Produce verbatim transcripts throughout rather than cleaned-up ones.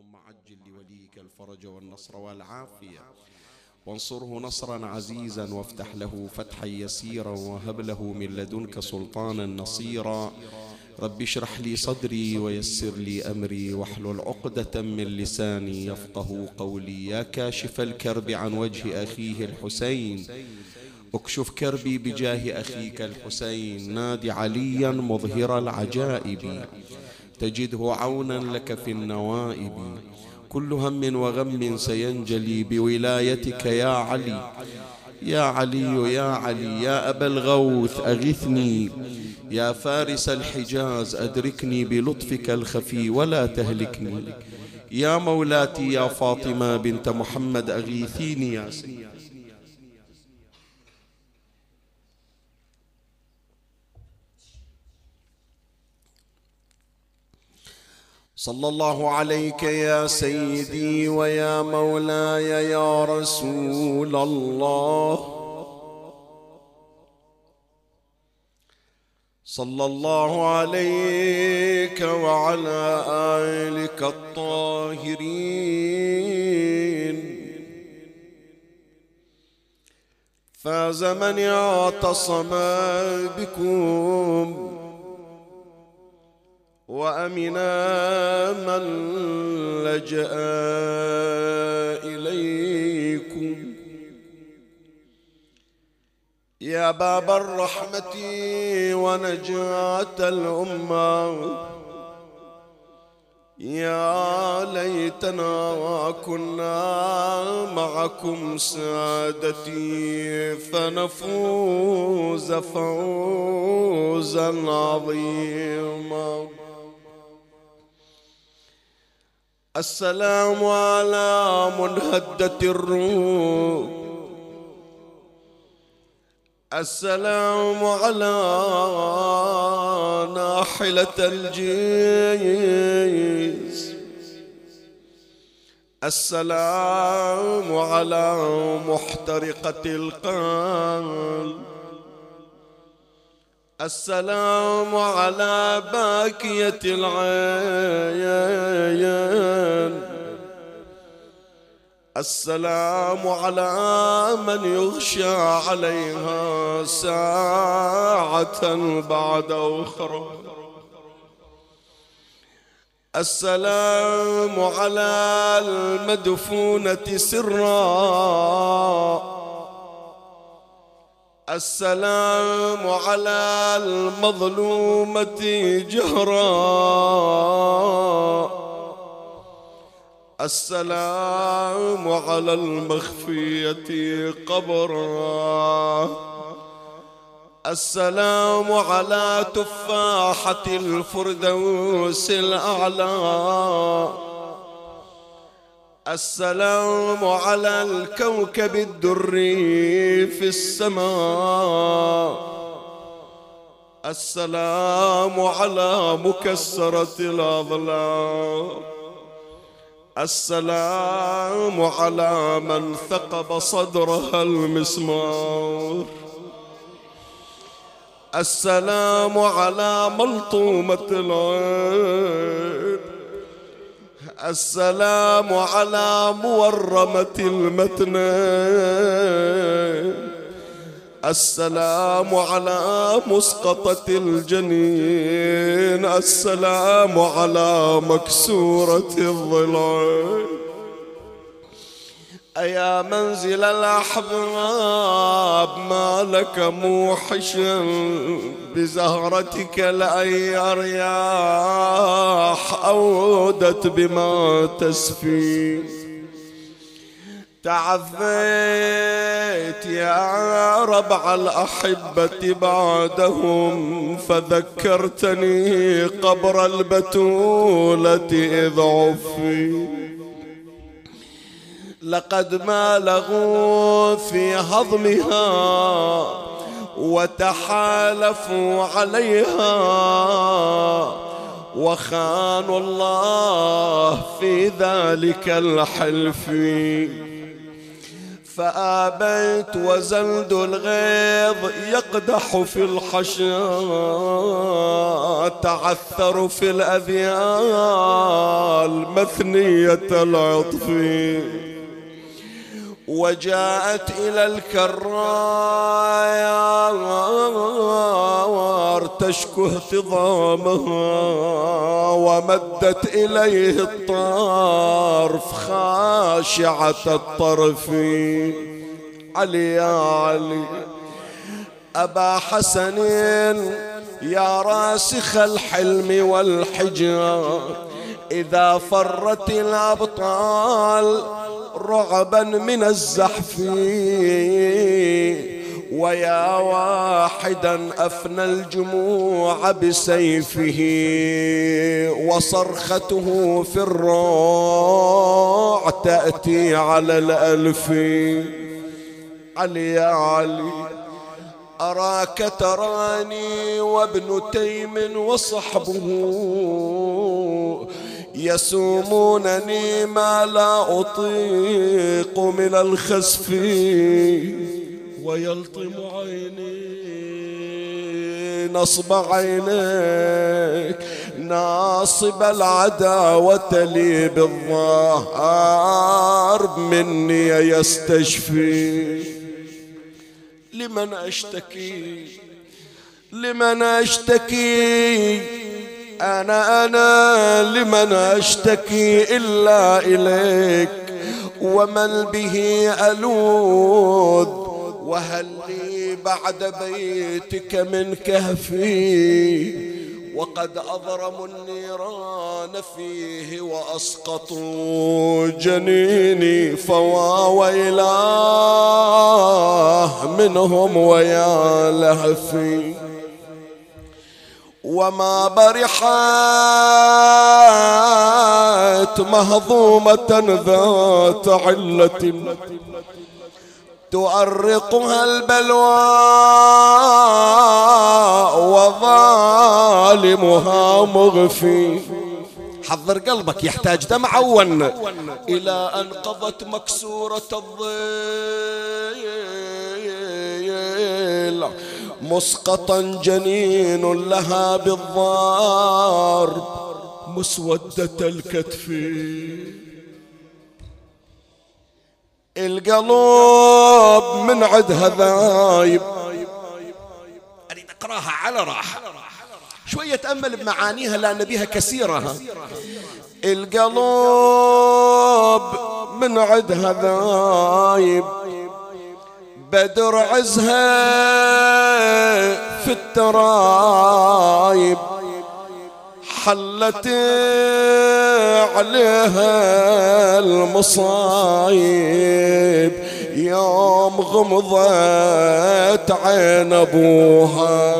اللهم عجل لوليك الفرج والنصر والعافية، وانصره نصرا عزيزا، وافتح له فتحا يسيرا، وهب له من لدنك سلطانا نصيرا. رب اشرح لي صدري ويسر لي أمري، واحلل عقدة من لساني يفقه قولي. يا كاشف الكرب عن وجه أخيه الحسين، اكشف كربي بجاه أخيك الحسين. نادي عليا مظهر العجائب، تجده عونا لك في النوائب. كل هم وغم سينجلي بولايتك يا علي، يا علي يا علي. يا أبا الغوث أغثني، يا فارس الحجاز أدركني بلطفك الخفي ولا تهلكني. يا مولاتي يا فاطمة بنت محمد أغيثيني يا سيدي. صلى الله عليك يا سيدي ويا مولاي يا رسول الله. صلى الله عليك وعلى آلك الطاهرين. فاز من اعتصم بكم، وأمنا من لجأ إليكم. يا باب الرحمة ونجاة الأمة، يا ليتنا كنا معكم سادتي، فنفوز فوزا عظيما. السلام على منهدة الروح، السلام على ناحلة الجيز، السلام على محترقة القلب، السلام على باكية العين، السلام على من يغشى عليها ساعة بعد أخرى، السلام على المدفونة سرا، السلام على المظلومة جهرا، السلام على المخفية قبرا، السلام على تفاحة الفردوس الأعلى، السلام على الكوكب الدري في السماء، السلام على مكسرة الأضلاع، السلام على من ثقب صدرها المسمار، السلام على ملطومة العين، السلام على مورمة المتنين، السلام على مسقطة الجنين، السلام على مكسورة الضلع. أيا منزل الأحباب ما لك موحشا بزهرتك لأي رياح أودت بما تسفي. تعذيت يا ربع الأحبة بعدهم، فذكرتني قبر البتولة إذ عفي. لقد بالغوا في هضمها وتحالفوا عليها، وخانوا الله في ذلك الحلف. فآبيت وزلد الغيظ يقدح في الحشا، تعثر في الأذيال مثنية العطف، وجاءت إلى الكرار تشكو اهتضامها، ومدت إليه الطرف خاشعة الطرف. علي يا علي أبا حسن يا راسخ الحلم والحجة، إذا فرت الأبطال رعبا من الزحف، ويا واحدا أفنى الجموع بسيفه، وصرخته في الروع تأتي على الألف. علي يا علي أراك تراني وابن تيم وصحبه يسومونني ما لا أطيق من الخسف، ويلطم عيني نصب عينيك ناصب العداوة لي بالظهر مني يستشفي. لمن أشتكي لمن أشتكي أنا أنا لمن أشتكي إلا إليك، ومن به ألوذ، وهل لي بعد بيتك من كهفي، وقد أضرموا النيران فيه وأسقطوا جنيني، فوا ويلاه منهم ويا لهفي. وما برحت مهضومة ذات علة تؤرقها البلوى، وظالمها مغفي. حضر قلبك يحتاج دمع ون، إلى أن قضت مكسورة الضيل مسقطا جنين لها بالضرب مسودة الكتف. القلب من عدها ذايب. أريد أقراها على راحة شوية، تأمل بمعانيها لأن بها كثيرة. القلب من عدها ذايب، بدر عزها في الترايب، حلت عليها المصايب، يوم غمضت عين أبوها.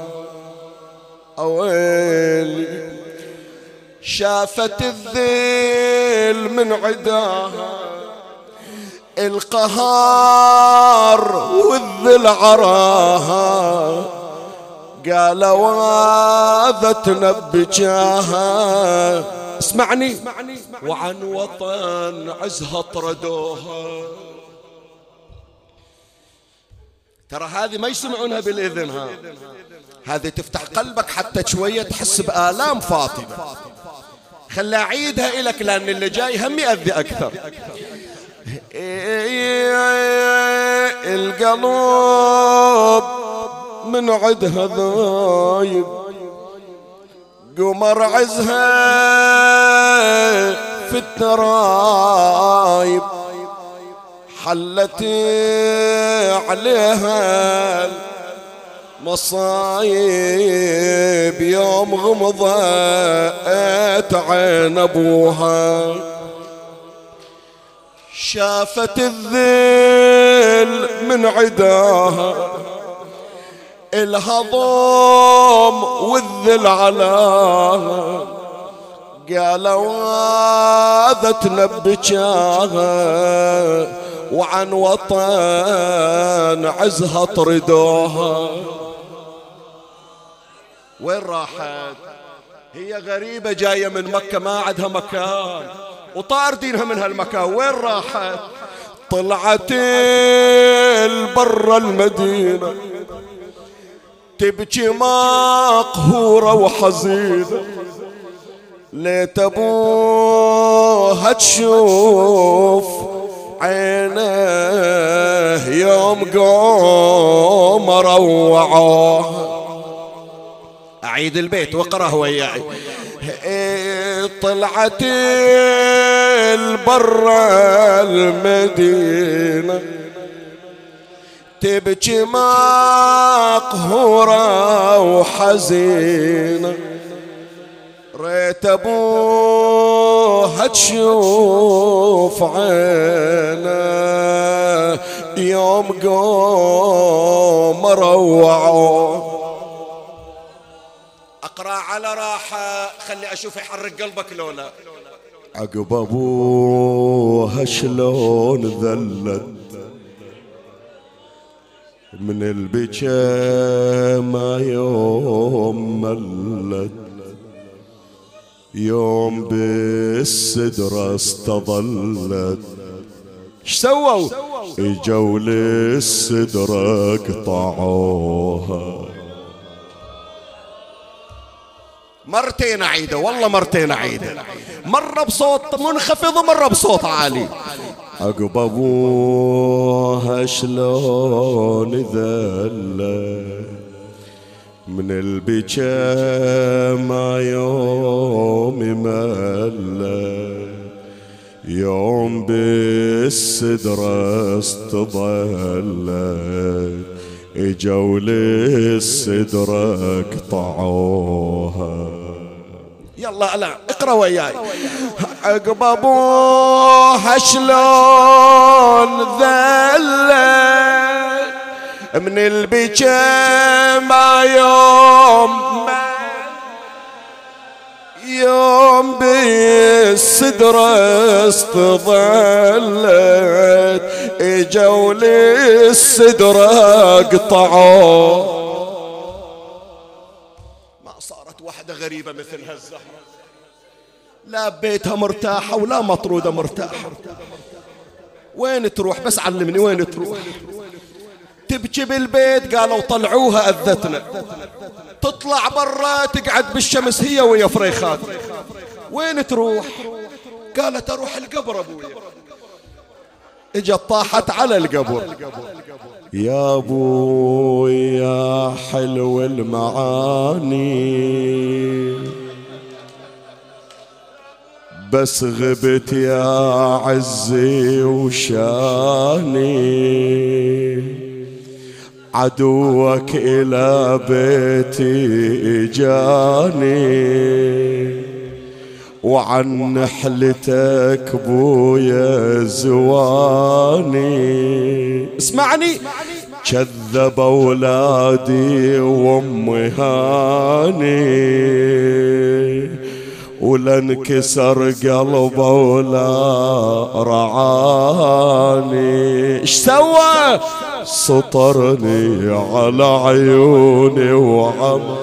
أويلي شافت الذيل من عداها، القهار والذل عراها، قال واذا تنبجاها. اسمعني، وعن وطن عزها طردوها. ترى هذه ما يسمعونها بالإذن، ها هذه تفتح قلبك حتى شوية تحس بآلام فاطمة. خلي أعيدها إلك لأن اللي جاي هم يأذي أكثر. القلب من عدها ذايب، قمر عزها في الترايب، حلت عليها مصايب، يوم غمضت عين أبوها. شافت الذل من عداها، الهضم والذل علاها، قالوا هذا تنبجاها، وعن وطن عزها طردوها. وين راحت؟ هي غريبة جاية من مكة ما عندها مكان، وطار دينها من هالمكان. وين راحت؟ طلعت البر المدينة تبكي مقهورة وحزينة، ليت ابوها تشوف عينه يوم قوم روعوها. اعيد البيت واقراه وياي. طلعت البر المدينة تبكي مقهورة وحزينة، ريت ابوها تشوف عينه يوم قوم روعوه. اقرا على راحه، خلي اشوف يحرك قلبك لولا. عقب ابوها شلون ذلت من البكا ما يوم ملت، يوم بالسدرة استظلت. ايش سووا؟ اجوا للسدرة قطعوها. مرتين اعيده، والله مرتين اعيده، مرة بصوت منخفض ومرة بصوت عالي. عقب ابوها شلون ذلت من البكا ما يوم ملت، يوم بالسدرة استظلت، اجوا للسدرة قطعوها. يلا لا اقرا وياي. عقب ابوها شلون ذلت من البكا ما يوم يوم بالسدرة استظلت، اجوا للسدرة قطعوا. ما صارت واحدة غريبة مثل هالزهرة، لا بيتها مرتاحة ولا مطرودة مرتاحة. وين تروح؟ بس علمني وين تروح. تبكي بالبيت، قالوا طلعوها أذتنا. تطلع برا تقعد بالشمس هي ويا فريخات. وين تروح؟ قالت اروح القبر ابويا. اجت طاحت على القبر. يا ابوي يا حلو المعاني، بس غبت يا عزي وشاني، عدوك إلى بيتي إجاني، وعن نحلتك بويا زواني. اسمعني، كذب أولادي وأمي هاني، ولا انكسر قلبه ولا رعاني. ايش سوى؟ سطرني على عيوني وعمى.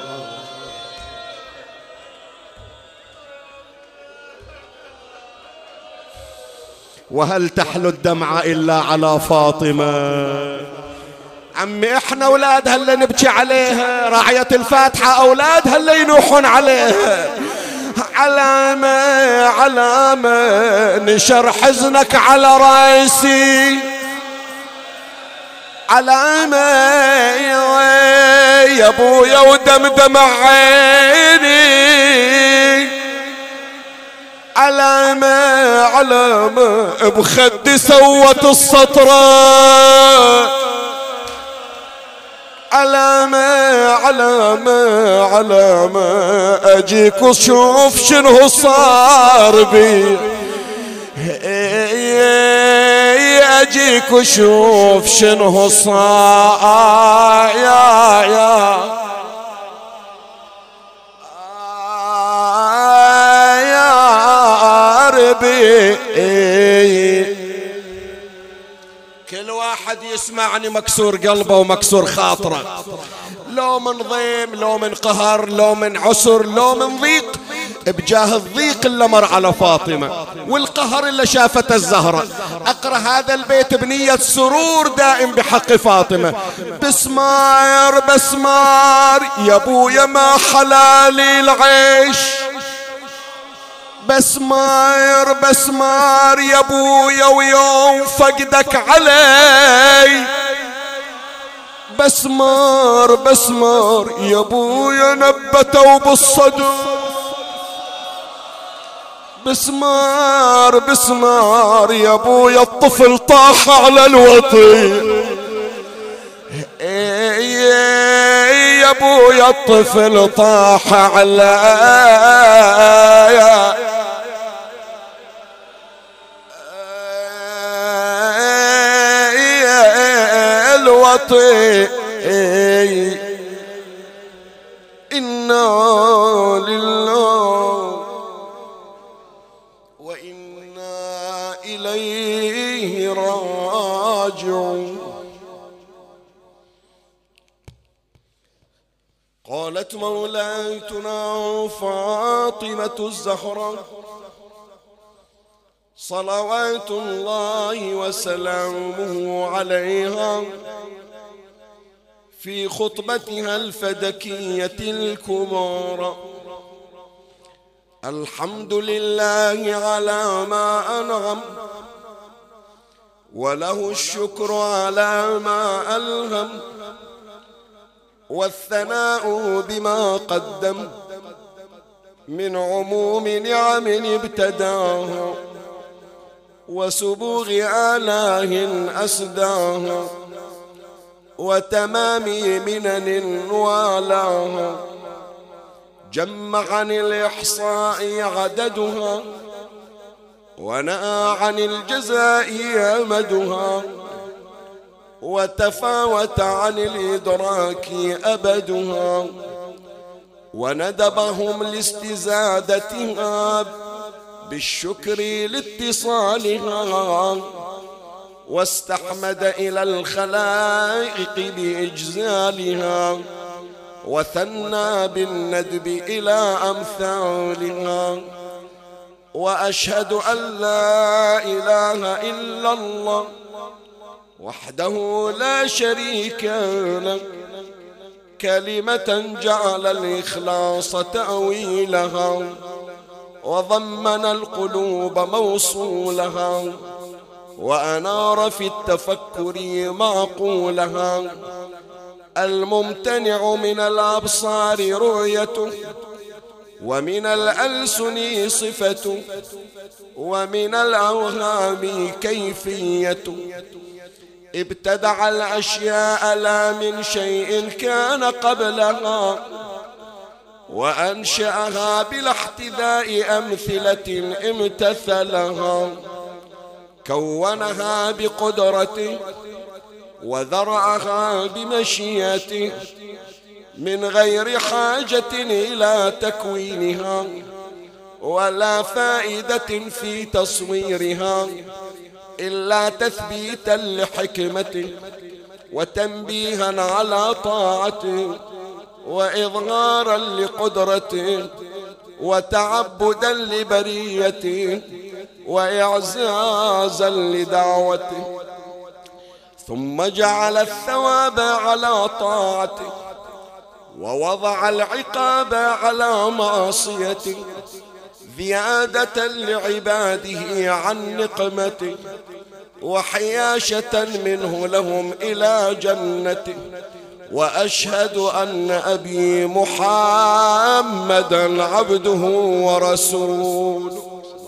وهل تحلو الدمعة إلا على فاطمة؟ عمي احنا اولادها اللي نبكي عليها، راعية الفاتحة اولادها اللي ينوحون عليها. علامة علامة نشر حزنك على رأسي، علامة يا ابويا ودمدم عيني، علامة علامة بخدي سوت السطرة، علامة علامة علامة أجيك وشوف شنو صار بي، أجيك وشوف شنو صار يا يا يا ربي. كل واحد يسمعني مكسور قلبه ومكسور خاطره، لو من ضيم لو من قهر لو من عسر لو من ضيق، بجاه الضيق اللي مر على فاطمة والقهر اللي شافته الزهرة. أقرأ هذا البيت بنية سرور دائم بحق فاطمة. بسمار بسمار يا ابويا ما حلالي العيش، بسمار بسمار يا ابويا ويوم فقدك علي، بسمار بسمار يا ابويا نبتوا بالصدر، بسمار بسمار يا ابويا الطفل طاح على الوطي، يا ابويا الطفل طاح على الوطي. إنا لله وإنا إليه راجعون. قالت مولاتنا فاطمة الزهراء صلوات الله وسلامه عليها في خطبتها الفدكية الكبرى: الحمد لله على ما أنعم، وله الشكر على ما ألهم، والثناء بما قدم من عموم نعم ابتداها وسبوغ آلاه أسداها وتمام منن والاها. جم عن الإحصاء عددها ونأى عن الجزاء أمدها، وتفاوت عن الإدراك أبدها، وندبهم لاستزادتها بالشكر لاتصالها، واستحمد إلى الخلائق بإجزالها، وثنى بالندب إلى أمثالها. وأشهد أن لا إله إلا الله وحده لا شريك له، كلمة جعل الإخلاص تأويلها، وضمن القلوب موصولها، وأنار في التفكر معقولها. الممتنع من الأبصار رؤيته، ومن الألسن صفته، ومن الأوهام كيفيته. ابتدع الأشياء لا من شيء كان قبلها، وأنشأها بلا احتذاء أمثلة امتثلها. كونها بقدرته وذرعها بمشيئته من غير حاجة إلى تكوينها ولا فائدة في تصويرها، إلا تثبيتا لحكمته وتنبيها على طاعته وإظهارا لقدرته وتعبدا لبريته وإعزازا لدعوته. ثم جعل الثواب على طاعته ووضع العقاب على معصيته، زيادة لعباده عن نقمته، وحياشة منه لهم إلى جنته. وأشهد أن أبي محمدا عبده ورسوله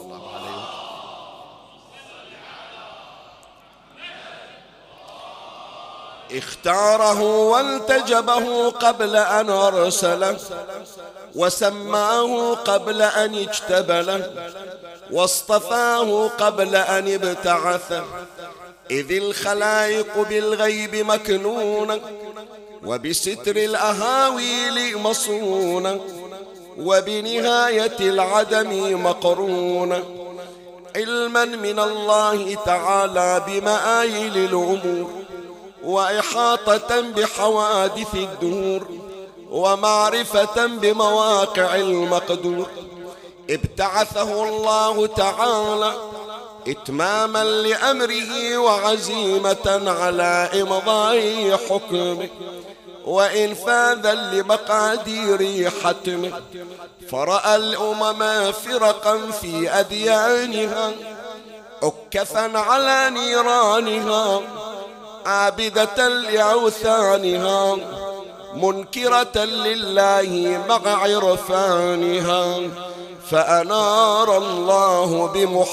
اختاره والتجبه قبل أن أرسله، وسماه قبل أن اجتبله، واصطفاه قبل أن ابتعثه. إذ الخلائق بالغيب مكنونة، وبستر الأهاويل مصونة، وبنهاية العدم مقرونة، علما من الله تعالى بمآيل الأمور، وإحاطة بحوادث الدهور، ومعرفة بمواقع المقدور. ابتعثه الله تعالى إتماما لأمره وعزيمة على إمضاء حكمه وإنفاذا لمقادير حتمه، فرأى الأمم فرقا في أديانها عكفا على نيرانها عابدة لأوثانها منكرة لله مع عرفانها، فأنار الله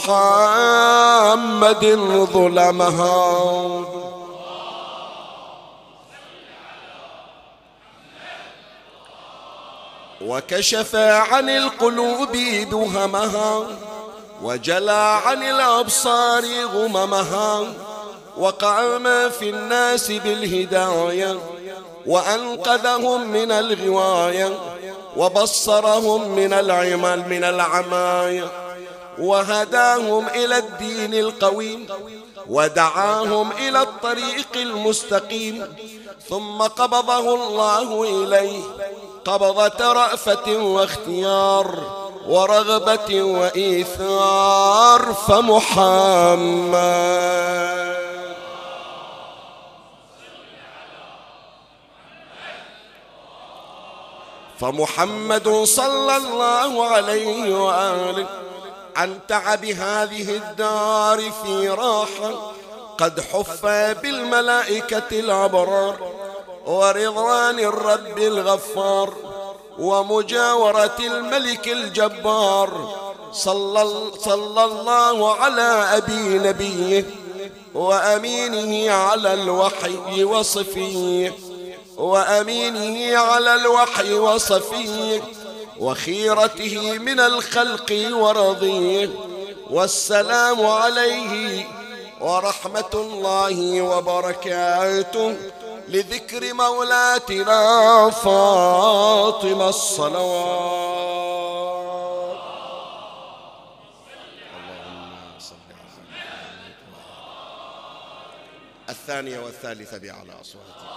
بمحمد ظلمها وكشف عن القلوب دهمها وجلى عن الأبصار غممها، وقام في الناس بالهداية وأنقذهم من الغواية وبصرهم من العمل من العماية وهداهم إلى الدين القويم ودعاهم إلى الطريق المستقيم، ثم قبضه الله إليه قبضة رأفة واختيار ورغبة وإيثار، فمحمد فمحمد صلى الله عليه وآله عن تعب هذه الدار في راحة قد حف بالملائكة الأبرار ورضوان الرب الغفار ومجاورة الملك الجبار، صلى, صلى الله على أبي نبيه وأمينه على الوحي وصفيه وأمينه على الوحي وصفيه وخيرته من الخلق ورضيه، والسلام عليه ورحمة الله وبركاته لذكر مولاتنا فاطمة الصلوات. اللهم صل على الثانية والثالثة بأعلى أصواتكم.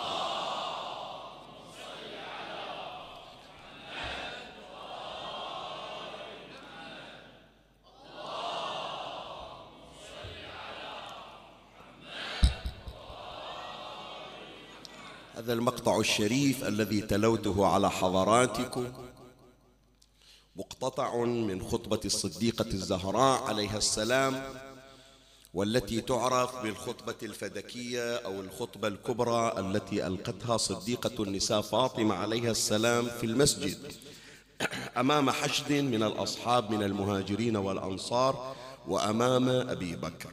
هذا المقطع الشريف الذي تلوته على حضراتكم مقتطع من خطبة الصديقة الزهراء عليها السلام، والتي تعرف بالخطبة الفدكية أو الخطبة الكبرى التي ألقتها صديقة النساء فاطمة عليها السلام في المسجد أمام حشد من الأصحاب من المهاجرين والأنصار وأمام أبي بكر.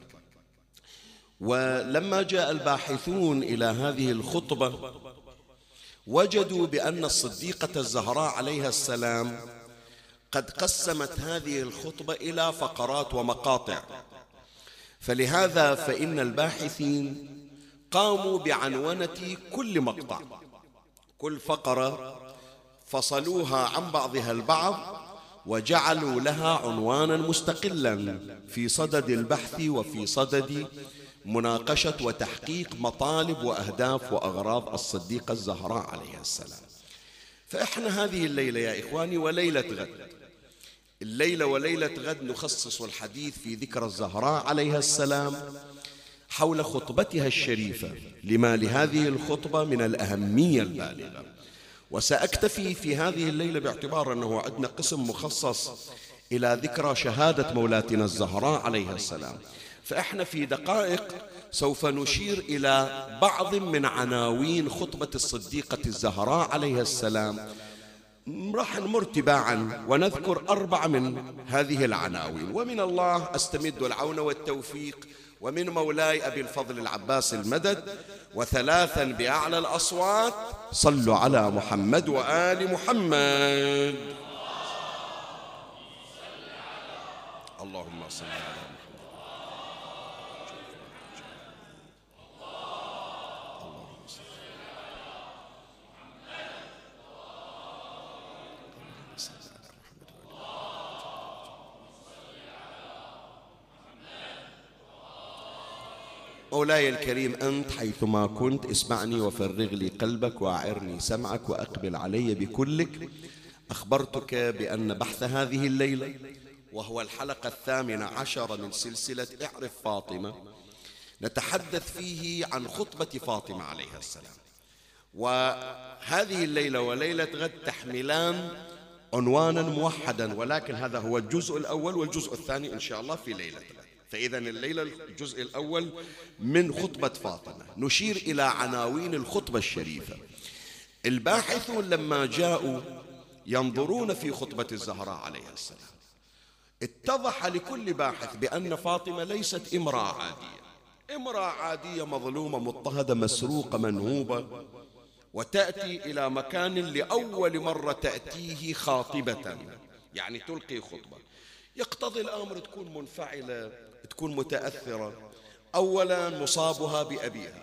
ولما جاء الباحثون إلى هذه الخطبة وجدوا بأن الصديقة الزهراء عليها السلام قد قسمت هذه الخطبة إلى فقرات ومقاطع، فلهذا فإن الباحثين قاموا بعنونة كل مقطع، كل فقرة فصلوها عن بعضها البعض وجعلوا لها عنوانا مستقلا في صدد البحث وفي صدد مناقشة وتحقيق مطالب وأهداف وأغراض الصديقة الزهراء عليها السلام. فإحنا هذه الليلة يا إخواني وليلة غد، الليلة وليلة غد نخصص الحديث في ذكرى الزهراء عليها السلام حول خطبتها الشريفة لما لهذه الخطبة من الأهمية البالغة. وسأكتفي في هذه الليلة باعتبار أنه عندنا قسم مخصص إلى ذكرى شهادة مولاتنا الزهراء عليها السلام، فإحنا في دقائق سوف نشير إلى بعض من عناوين خطبة الصديقة الزهراء عليها السلام، راح نمر تباعا ونذكر أربع من هذه العناوين، ومن الله أستمد العون والتوفيق، ومن مولاي أبي الفضل العباس المدد، وثلاثا بأعلى الأصوات صلوا على محمد وآل محمد. اللهم صل على محمد. مولاي الكريم أنت حيثما كنت اسمعني وفرغ لي قلبك وأعرني سمعك وأقبل علي بكلك أخبرتك بأن بحث هذه الليلة، وهو الحلقة الثامنة عشرة من سلسلة اعرف فاطمة، نتحدث فيه عن خطبة فاطمة عليها السلام. وهذه الليلة وليلة غد تحملان عنوانا موحدا، ولكن هذا هو الجزء الأول، والجزء الثاني إن شاء الله في ليلة غد. فإذا الليلة الجزء الأول من خطبة فاطمة، نشير إلى عناوين الخطبة الشريفة. الباحثون لما جاءوا ينظرون في خطبة الزهراء عليها السلام، اتضح لكل باحث بأن فاطمة ليست امرأة عادية، امرأة عادية مظلومة مضطهدة مسروقة منهوبة، وتأتي إلى مكان لأول مرة تأتيه خاطبة، يعني تلقي خطبة. يقتضي الأمر تكون منفعلة، تكون متأثرة. أولا مصابها بأبيها،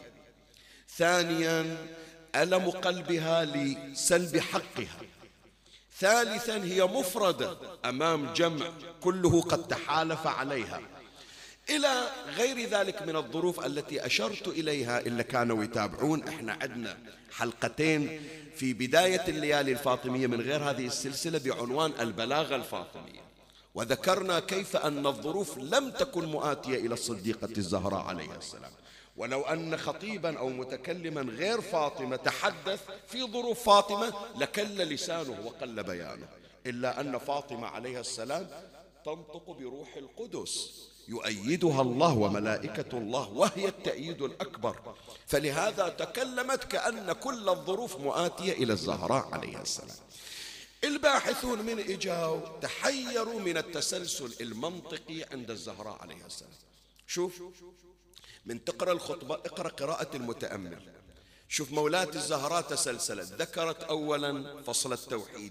ثانيا ألم قلبها لسلب حقها، ثالثا هي مفردة أمام جمع كله قد تحالف عليها، إلى غير ذلك من الظروف التي أشرت إليها. إلا كانوا يتابعون، إحنا عندنا حلقتين في بداية الليالي الفاطمية من غير هذه السلسلة بعنوان البلاغة الفاطمية، وذكرنا كيف أن الظروف لم تكن مؤاتية إلى الصديقة الزهراء عليها السلام. ولو أن خطيبا أو متكلما غير فاطمة تحدث في ظروف فاطمة لكل لسانه وقل بيانه، إلا أن فاطمة عليها السلام تنطق بروح القدس يؤيدها الله وملائكة الله، وهي التأييد الأكبر، فلهذا تكلمت كأن كل الظروف مؤاتية إلى الزهراء عليها السلام. الباحثون من إجاو تحيروا من التسلسل المنطقي عند الزهراء عليها السلام. شوف، من تقرأ الخطبة اقرأ قراءة المتأمل. شوف مولاة الزهراء تسلسلت، ذكرت أولا فصل التوحيد،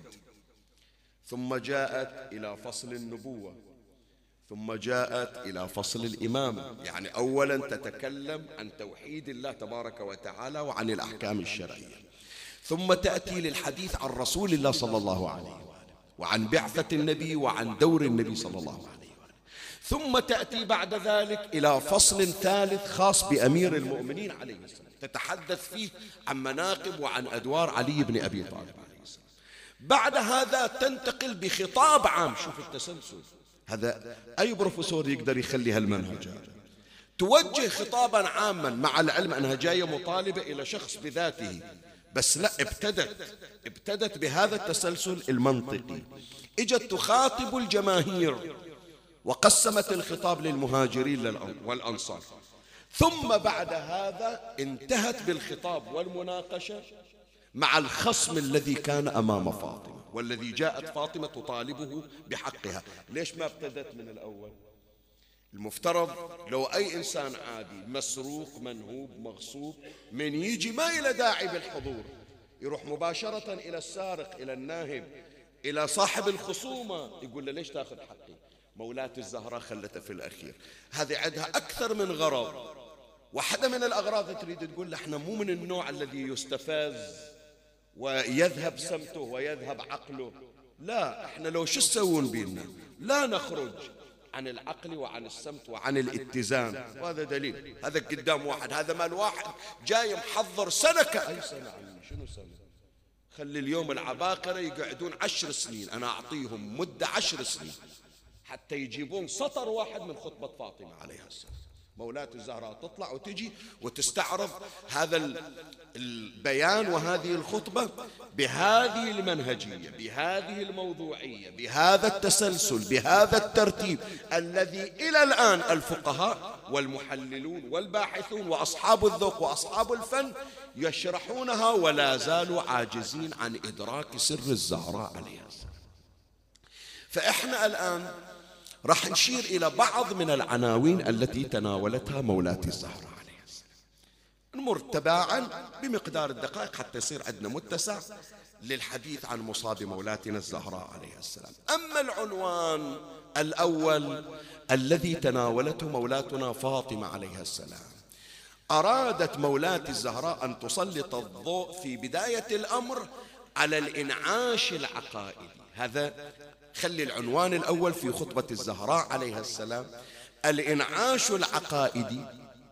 ثم جاءت إلى فصل النبوة، ثم جاءت إلى فصل الإمامة. يعني أولا تتكلم عن توحيد الله تبارك وتعالى وعن الأحكام الشرعية، ثم تأتي للحديث عن رسول الله صلى الله عليه وآله وعن بعثة النبي وعن دور النبي صلى الله عليه وآله، ثم تأتي بعد ذلك إلى فصل ثالث خاص بأمير المؤمنين عليه السلام، تتحدث فيه عن مناقب وعن أدوار علي بن أبي طالب عليه السلام. بعد هذا تنتقل بخطاب عام. شوف التسلسل هذا، أي بروفيسور يقدر يخلي هالمنهج هذا؟ توجه خطابا عاما مع العلم أنها جاية مطالبة إلى شخص بذاته، بس لا، ابتدت ابتدت بهذا التسلسل المنطقي، اجت تخاطب الجماهير وقسمت الخطاب للمهاجرين والأنصار، ثم بعد هذا انتهت بالخطاب والمناقشة مع الخصم الذي كان أمام فاطمة والذي جاءت فاطمة تطالبه بحقها. ليش ما ابتدت من الأول؟ المفترض لو أي إنسان عادي مسروق منهوب مغصوب من يجي ما إلى داعي بالحضور، يروح مباشرة إلى السارق، إلى الناهب، إلى صاحب الخصومة، يقول له ليش تأخذ حقي؟ مولاة الزهراء خلته في الأخير. هذه عندها أكثر من غرض، واحدة من الأغراض تريد تقول له احنا مو من النوع الذي يستفز ويذهب سمته ويذهب عقله، لا، احنا لو شو تسوون بينا؟ لا نخرج عن العقل وعن السمت وعن الاتزان. وهذا دليل، هذا قدام واحد، هذا مال واحد جاي محضر سنة. أي سنة عمي؟ شنو سنة؟ خلي اليوم العباقرة يقعدون عشر سنين، أنا أعطيهم مدة عشر سنين حتى يجيبون سطر واحد من خطبة فاطمة عليها السلام. مولاة الزهراء تطلع وتجي وتستعرض هذا البيان وهذه الخطبة بهذه المنهجية، بهذه الموضوعية، بهذا التسلسل، بهذا الترتيب الذي إلى الآن الفقهاء والمحللون والباحثون وأصحاب الذوق وأصحاب الفن يشرحونها ولا زالوا عاجزين عن إدراك سر الزهراء عليها السلام. فإحنا الآن راح نشير إلى بعض من العناوين التي تناولتها مولاة الزهراء عليه السلام، نمر تباعا بمقدار الدقائق حتى يصير عندنا متسع للحديث عن مصاب مولاتنا الزهراء عليه السلام. أما العنوان الأول الذي تناولته مولاتنا فاطمة عليها السلام، أرادت مولاة الزهراء أن تسلط الضوء في بداية الأمر على الإنعاش العقائدي. هذا خلي العنوان الأول في خطبة الزهراء عليها السلام، الإنعاش العقائدي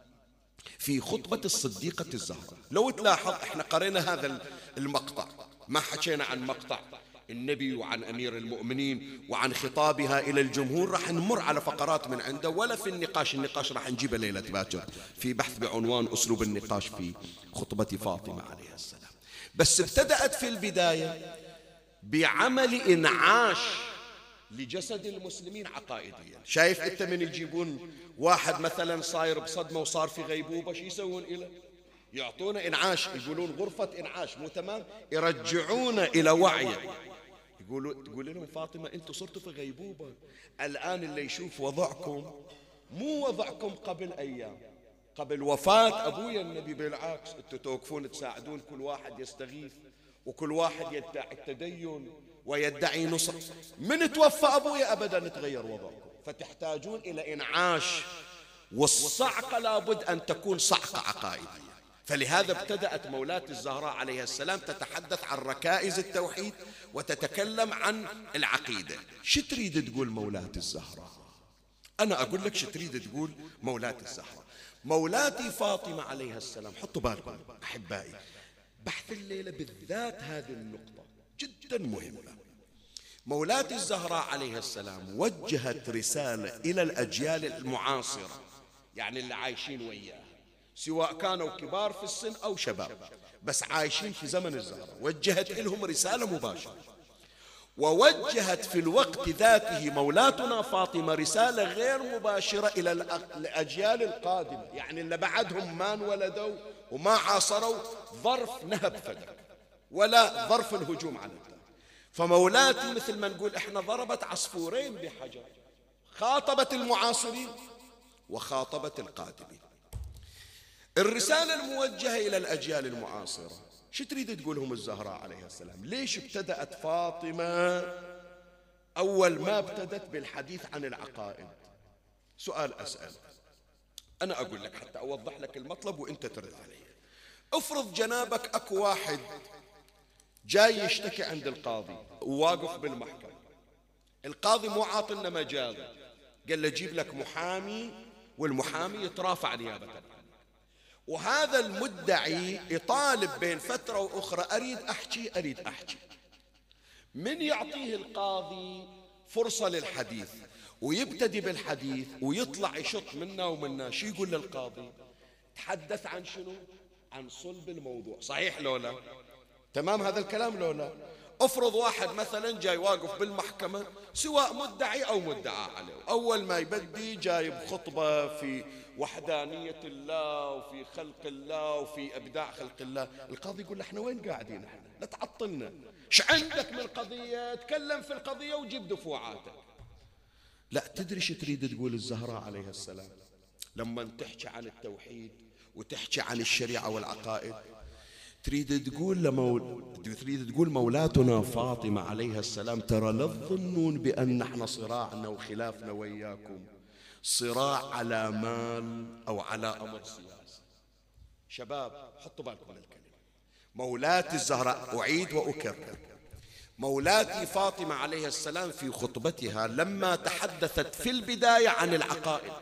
في خطبة الصديقة الزهراء. لو تلاحظ احنا قرينا هذا المقطع، ما حكينا عن مقطع النبي وعن أمير المؤمنين وعن خطابها إلى الجمهور، راح نمر على فقرات من عنده، ولا في النقاش النقاش راح نجيبه ليلة باكر في بحث بعنوان أسلوب النقاش في خطبة فاطمة عليها السلام. بس ابتدأت في البداية بعمل إنعاش لجسد المسلمين عقائديا. شايف أنت من يجيبون واحد مثلا صاير بصدمة وصار في غيبوبة، شو يسوون إله؟ يعطونا إنعاش، يقولون غرفة إنعاش، مو تمام؟ يرجعونا إلى وعيه. يقولوا تقول لهم فاطمة أنتم صرتوا في غيبوبة، الآن اللي يشوف وضعكم مو وضعكم قبل أيام، قبل وفاة أبويا النبي، بالعكس أنتم توقفون تساعدون، كل واحد يستغيث وكل واحد يدعي التدين ويدعي نصر. من توفى أبويا أبدا تغير وضعكم، فتحتاجون إلى إنعاش، والصعقة لابد أن تكون صعقة عقائدية. فلهذا ابتدأت مولاة الزهراء عليها السلام تتحدث عن ركائز التوحيد وتتكلم عن العقيدة. شو تريد تقول مولاة الزهراء؟ أنا أقول لك شو تريد تقول مولاة الزهراء. مولاتي فاطمة عليها السلام، حطوا بالكم أحبائي، بحث الليلة بالذات هذه النقطة جدا مهمة. مولاة الزهراء عليها السلام وجهت رسالة إلى الأجيال المعاصرة، يعني اللي عايشين وياها، سواء كانوا كبار في السن أو شباب، بس عايشين في زمن الزهراء، وجهت لهم رسالة مباشرة. ووجهت في الوقت ذاته مولاتنا فاطمة رسالة غير مباشرة إلى الأجيال القادمة، يعني اللي بعدهم ما انولدوا وما عاصروا ظرف نهب فدك ولا ظرف الهجوم على الدار. فمولاتي مثل ما نقول احنا ضربت عصفورين بحجر، خاطبت المعاصرين وخاطبت القادمين. الرسالة الموجهة إلى الأجيال المعاصرة، شو تريد تقولهم الزهراء عليها السلام؟ ليش ابتدأت فاطمة أول ما ابتدت بالحديث عن العقائد؟ سؤال أسأل، أنا أقول لك حتى أوضح لك المطلب وإنت ترد علي. افرض جنابك أكو واحد جاي يشتكي عند القاضي وواقف بالمحكمة، القاضي مو عاطلنا مجال، قال له جيب لك محامي والمحامي يترافع نيابة عنه، وهذا المدعي يطالب بين فترة وأخرى أريد أحكي أريد أحكي. من يعطيه القاضي فرصة للحديث ويبتدي بالحديث ويطلع يشط منا ومنا، شو يقول للقاضي؟ تحدث عن شنو؟ عن صلب الموضوع، صحيح لو لا؟ تمام هذا الكلام لو لا؟ افرض واحد مثلا جاي واقف بالمحكمة سواء مدعي أو مدعى عليه، أول ما يبدي جايب خطبة في وحدانية الله وفي خلق الله وفي إبداع خلق الله، القاضي يقول له احنا وين قاعدين، احنا لا تعطلنا، ايش عندك من القضية؟ تكلم في القضية وجيب دفوعاتك. لا، تدري شو تريد تقول الزهراء عليها السلام لما تحكي عن التوحيد وتحكي عن الشريعة والعقائد؟ تريد تقول لمول... تريد تقول مولاتنا فاطمة عليها السلام ترى لا تظنون بأن احنا صراعنا وخلافنا وياكم صراع على مال أو على أمر سياسي. شباب حطوا بالكم الكلمة، مولاتي الزهراء، أعيد وأكرر، مولاتي فاطمة عليها السلام في خطبتها لما تحدثت في البداية عن العقائد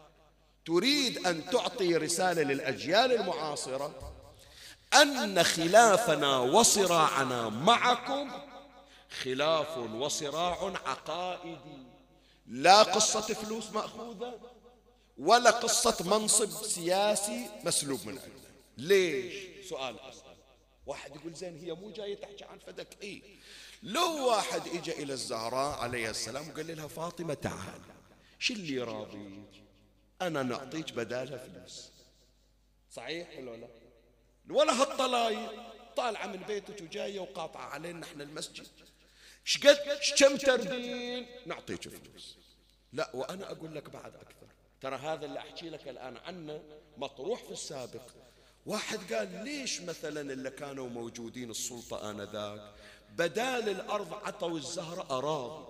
تريد أن تعطي رسالة للأجيال المعاصرة أن خلافنا وصراعنا معكم خلاف وصراع عقائدي، لا قصة فلوس مأخوذة ولا قصة منصب سياسي مسلوب من عندنا. ليش؟ سؤال أسأل. واحد يقول زين هي مو جاية تحكي عن فدك؟ إيه، لو واحد إجا إلى الزهراء عليه السلام وقال لها فاطمة تعال، شو اللي راضيك؟ أنا نعطيك بدالها فلوس، صحيح ولا لا؟ ولا هالطلايق طالعة من بيتك وجاية وقاطعة علينا احنا المسجد، شقد كم تردين نعطيك فلوس. لا، وأنا أقول لك بعد أكثر، ترى هذا اللي أحكي لك الآن عنه مطروح في السابق. واحد قال ليش مثلا اللي كانوا موجودين السلطة آنذاك بدال الأرض عطوا الزهرة أراضي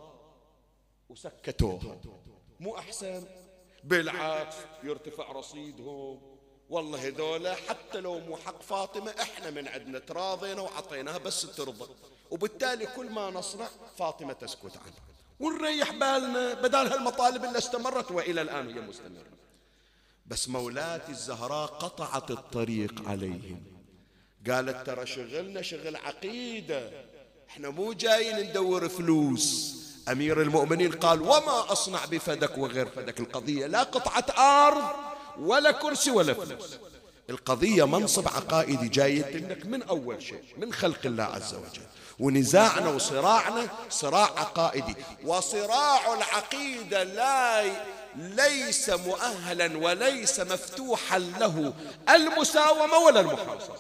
وسكتوها، مو أحسن؟ بالعكس يرتفع رصيدهم، والله هذولا حتى لو مو حق فاطمة احنا من عندنا تراضينا وعطيناها بس ترضى، وبالتالي كل ما نصنع فاطمة تسكت عنه ونريح بالنا بدال هالمطالب اللي استمرت وإلى الآن هي مستمرة. بس مولاتي الزهراء قطعت الطريق عليهم، قالت ترى شغلنا شغل عقيدة، احنا مو جايين ندور فلوس. أمير المؤمنين قال وما أصنع بفدك وغير فدك. القضية لا قطعة أرض ولا كرسي ولا فلوس، القضية منصب عقائدي جاي لك من أول شيء من خلق الله عز وجل. ونزاعنا وصراعنا صراع عقائدي، وصراع العقيدة لا ليس مؤهلا وليس مفتوحا له المساومة ولا المحاصصة.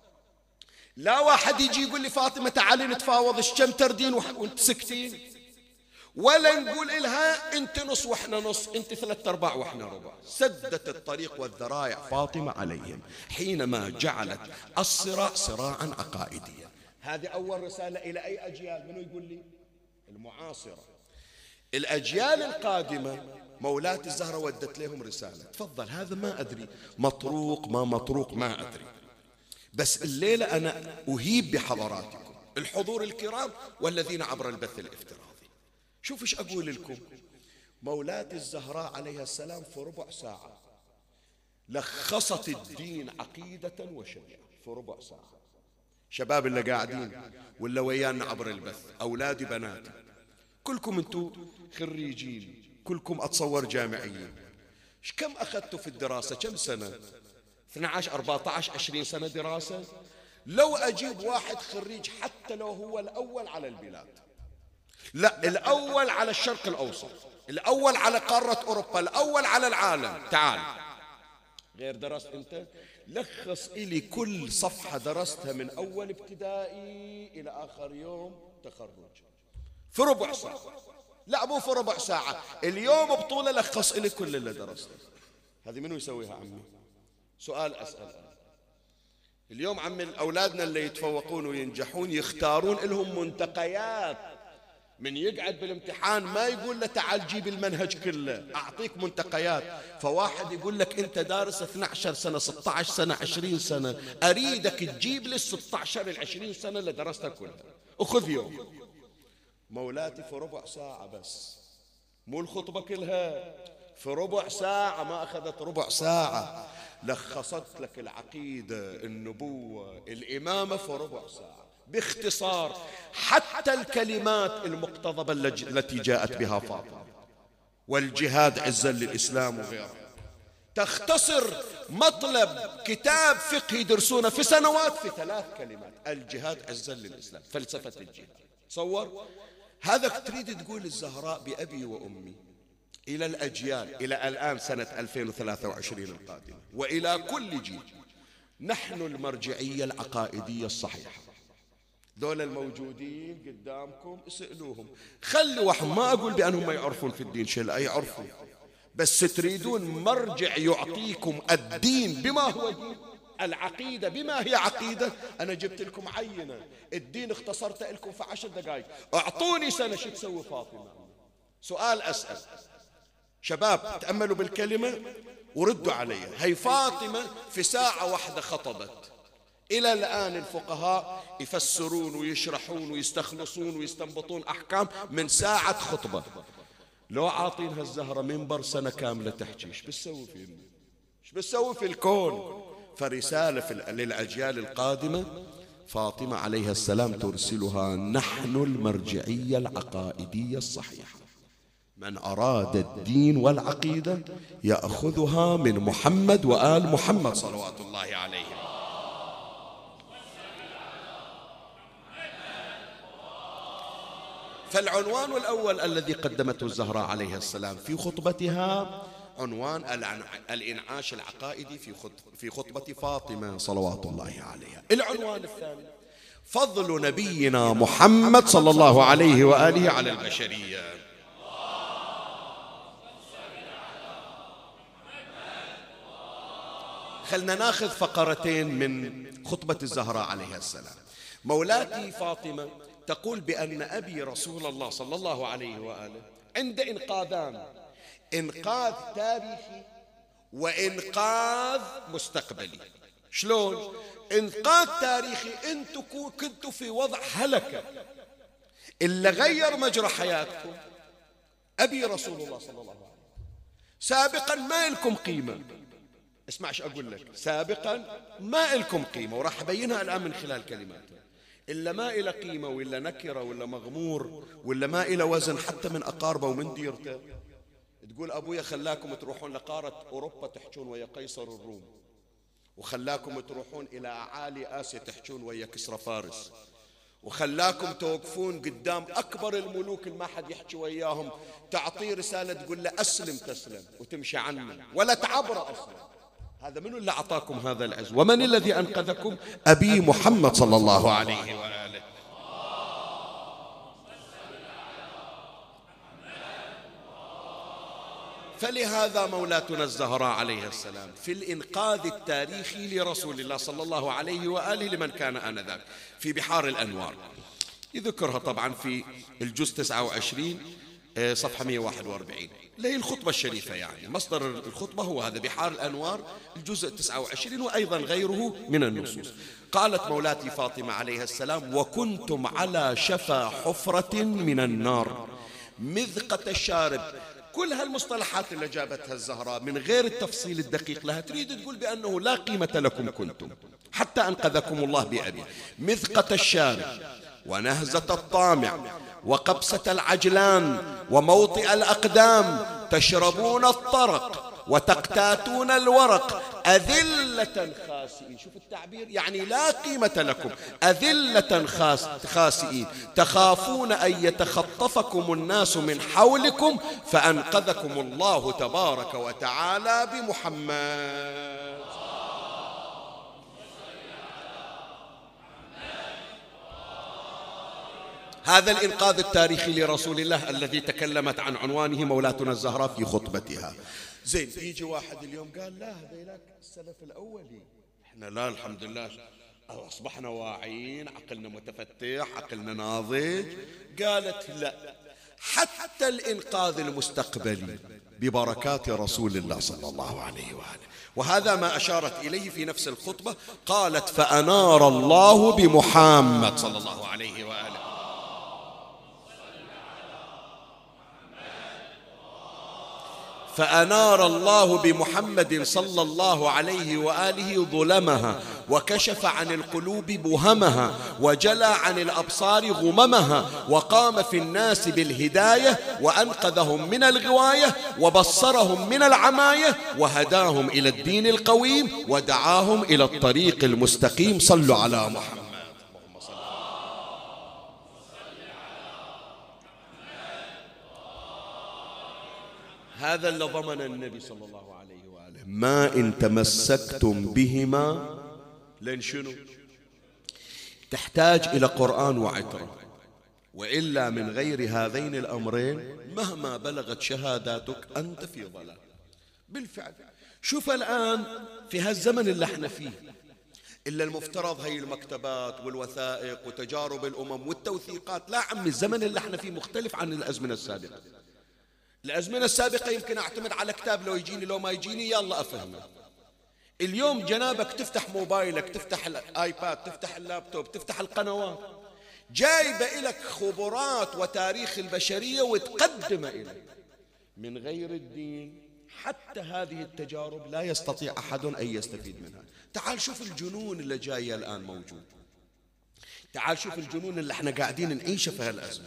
لا واحد يجي يقول لي فاطمة تعالي نتفاوض ايش كم تردين وانت سكتين، ولا نقول إلها انت نص واحنا نص، انت ثلاثة ارباع واحنا ربع. سدت الطريق والذرايع فاطمة عليهم حينما جعلت الصراع صراعا عقائديا. هذه أول رسالة إلى أي أجيال؟ منو يقول لي؟ المعاصرة. الأجيال القادمة مولاة الزهرة ودت لهم رسالة، تفضل هذا ما أدري مطروق ما مطروق ما أدري، بس الليلة أنا أهيب بحضراتكم الحضور الكرام والذين عبر البث الافتراضي. شوف ايش أقول لكم. مولاة الزهراء عليها السلام في ربع ساعة لخصت الدين عقيدة وشريعة في ربع ساعة. شباب اللي قاعدين ولا ويانا عبر البث، أولادي بناتي، كلكم انتم خريجين، كلكم أتصور جامعيين. ايش كم أخذتوا في الدراسة؟ كم سنة؟ اثني عشر أربعة عشر عشرين سنة دراسة. لو أجيب واحد خريج حتى لو هو الأول على البلاد، لا الأول على الشرق الأوسط، الأول على قارة أوروبا، الأول على العالم، تعال غير درست أنت، لخص إلي كل صفحة درستها من أول ابتدائي إلى آخر يوم تخرج في ربع ساعة. لا مو في ربع ساعة، اليوم بطولة لخص إلي كل اللي درسته. هذه منو يسويها عمي؟ سؤال أسأل. اليوم عمي أولادنا اللي يتفوقون وينجحون يختارون لهم منتقيات، من يقعد بالامتحان ما يقول له تعال جيب المنهج كله، أعطيك منتقيات. فواحد يقول لك أنت دارس اثني عشر سنة ستة عشر سنة عشرين سنة، أريدك تجيب لي ستة عشر العشرين سنة اللي درستها كلها، أخذ يوم. مولاتي في ربع ساعة بس، مو الخطبة كلها، في ربع ساعة، ما أخذت ربع ساعة لخصت لك العقيدة النبوة الإمامة في ربع ساعة باختصار، حتى الكلمات المقتضبة التي جاءت بها فاطمة والجهاد عزا للإسلام وغيره، تختصر مطلب كتاب فقه يدرسونه في سنوات في ثلاث كلمات: الجهاد عزا للإسلام، فلسفة الجهاد. تصور هذا تريد تقول الزهراء بأبي وأمي إلى الأجيال إلى الآن سنة ألفين وثلاثة وعشرين القادمة وإلى كل جيل، نحن المرجعية العقائدية الصحيحة. دول الموجودين قدامكم اسألوهم، خلوا واحد، ما أقول بأنهم ما يعرفون في الدين شيء، لا يعرفون، بس تريدون مرجع يعطيكم الدين بما هو دين، العقيدة بما هي عقيدة. أنا جبت لكم عينة، الدين اختصرت لكم في عشر دقائق، أعطوني سنة شو تسوي فاطمة؟ سؤال أسأل شباب، تأملوا بالكلمة وردوا عليها. هي فاطمة في ساعة واحدة خطبت، إلى الآن الفقهاء يفسرون ويشرحون ويستخلصون ويستنبطون أحكام من ساعة خطبة. لو عاطينها الزهرة منبر سنة كاملة تحكي، ايش بتسوي في ايش بتسوي في الكون؟ فرسالة في للأجيال القادمة فاطمة عليها السلام ترسلها: نحن المرجعية العقائدية الصحيحة، من أراد الدين والعقيدة يأخذها من محمد وآل محمد صلوات الله عليهم. فالعنوان الأول الذي قدمته الزهراء عليها السلام في خطبتها عنوان الإنعاش العقائدي في في خطبة فاطمة صلوات الله عليها. العنوان الثاني: فضل نبينا محمد صلى الله عليه وآله على البشرية. خلنا ناخذ فقرتين من خطبة الزهراء عليها السلام. مولاتي فاطمة تقول بأن أبي رسول الله صلى الله عليه وآله عند إنقاذان: إنقاذ تاريخي وإنقاذ مستقبلي. شلون؟ إنقاذ تاريخي، أنتم كنتوا في وضع هلكة، اللي غير مجرى حياتكم أبي رسول الله صلى الله عليه وسلم. سابقا ما لكم قيمة، اسمع ايش أقول لك، سابقا ما لكم قيمة، وراح أبينها الآن من خلال كلمات. إلا ما إلى قيمة ولا نكرة ولا مغمور ولا ما إلى وزن حتى من أقاربه ومن ديرته. تقول أبويا خلاكم تروحون لقارة أوروبا تحجون ويا قيصر الروم، وخلاكم تروحون إلى أعالي آسيا تحجون ويا كسرى فارس، وخلاكم توقفون قدام أكبر الملوك اللي ما حد يحكي وياهم، تعطيه رسالة تقول له أسلم تسلم وتمشي عنه ولا تعبر أصلا. هذا من اللي أعطاكم هذا العز؟ ومن الذي أنقذكم؟ أبي محمد صلى الله عليه وآله. فلهذا مولاتنا الزهراء عليه السلام في الإنقاذ التاريخي لرسول الله صلى الله عليه وآله لمن كان آنذاك في بحار الأنوار، يذكرها طبعا في الجزء تسعة وعشرين صفحة مئة وواحد وأربعين، اللي هي الخطبة الشريفة، يعني مصدر الخطبة هو هذا بحار الأنوار الجزء تسعة وعشرين، وأيضا غيره من النصوص. قالت مولاتي فاطمة عليها السلام: وكنتم على شفا حفرة من النار مذقة الشارب. كل هالمصطلحات اللي جابتها الزهراء من غير التفصيل الدقيق لها تريد تقول بأنه لا قيمة لكم كنتم حتى أنقذكم الله بأبي. مذقة الشارب ونهزة الطامع وقبسة العجلان وموطئ الأقدام، تشربون الطرق وتقتاتون الورق أذلة خاسئين. شوف التعبير، يعني لا قيمة لكم، أذلة خاسئين، تخافون أن يتخطفكم الناس من حولكم فأنقذكم الله تبارك وتعالى بمحمد. هذا الإنقاذ التاريخي لرسول الله الذي تكلمت عن عنوانه مولاتنا الزهراء في خطبتها. زين، يجي واحد اليوم قال لا هذيلاك السلف الأولي، احنا لا الحمد لله أصبحنا واعيين، عقلنا متفتح، عقلنا ناضج. قالت لا، حتى الإنقاذ المستقبلي ببركات رسول الله صلى الله عليه وآله، وهذا ما أشارت إليه في نفس الخطبة. قالت: فأنار الله بمحمد صلى الله عليه وآله. فأنار الله بمحمد صلى الله عليه وآله ظلمها، وكشف عن القلوب بهمها، وجلى عن الأبصار غممها، وقام في الناس بالهداية، وأنقذهم من الغواية، وبصرهم من العماية، وهداهم إلى الدين القويم، ودعاهم إلى الطريق المستقيم. صلوا على محمد. هذا اللي ضمن النبي صلى الله عليه وآله: ما إن تمسكتم بهما لن شنو؟ تحتاج إلى قرآن وعترة، وإلا من غير هذين الأمرين مهما بلغت شهاداتك أنت في ضلال. بالفعل شوف الآن في هالزمن اللي احنا فيه، إلا المفترض هي المكتبات والوثائق وتجارب الأمم والتوثيقات. لا عمي، الزمن اللي احنا فيه مختلف عن الأزمنة السابقة. الأزمنة السابقة يمكن أعتمد على كتاب، لو يجيني لو ما يجيني يلا أفهمه. اليوم جنابك تفتح موبايلك، تفتح الآيباد، تفتح اللابتوب، تفتح القنوات، جايبة إلك خبرات وتاريخ البشرية وتقدم إليك من غير الدين. حتى هذه التجارب لا يستطيع أحد أن يستفيد منها. تعال شوف الجنون اللي جاية الآن موجود، تعال شوف الجنون اللي احنا قاعدين نعيشه في هالأزمة،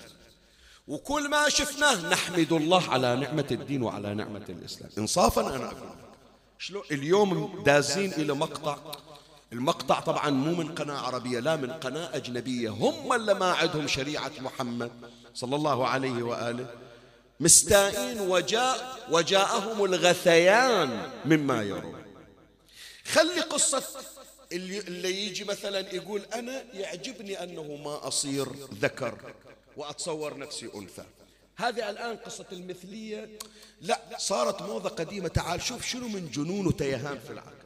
وكل ما شفناه نحمد الله على نعمة الدين وعلى نعمة الإسلام. إنصافا أنا أقول شلون اليوم دازين إلى مقطع، المقطع طبعا مو من قناة عربية، لا من قناة أجنبية، هم اللي ما عندهم شريعة محمد صلى الله عليه وآله، مستائين، وجاء وجاءهم الغثيان مما يرون. خلي قصة اللي, اللي يجي مثلا يقول أنا يعجبني أنه ما أصير ذكر وأتصور نفسي أنثى. هذه الآن قصة المثلية لا، صارت موضة قديمة. تعال شوف شنو من جنون وتيهان في العقل.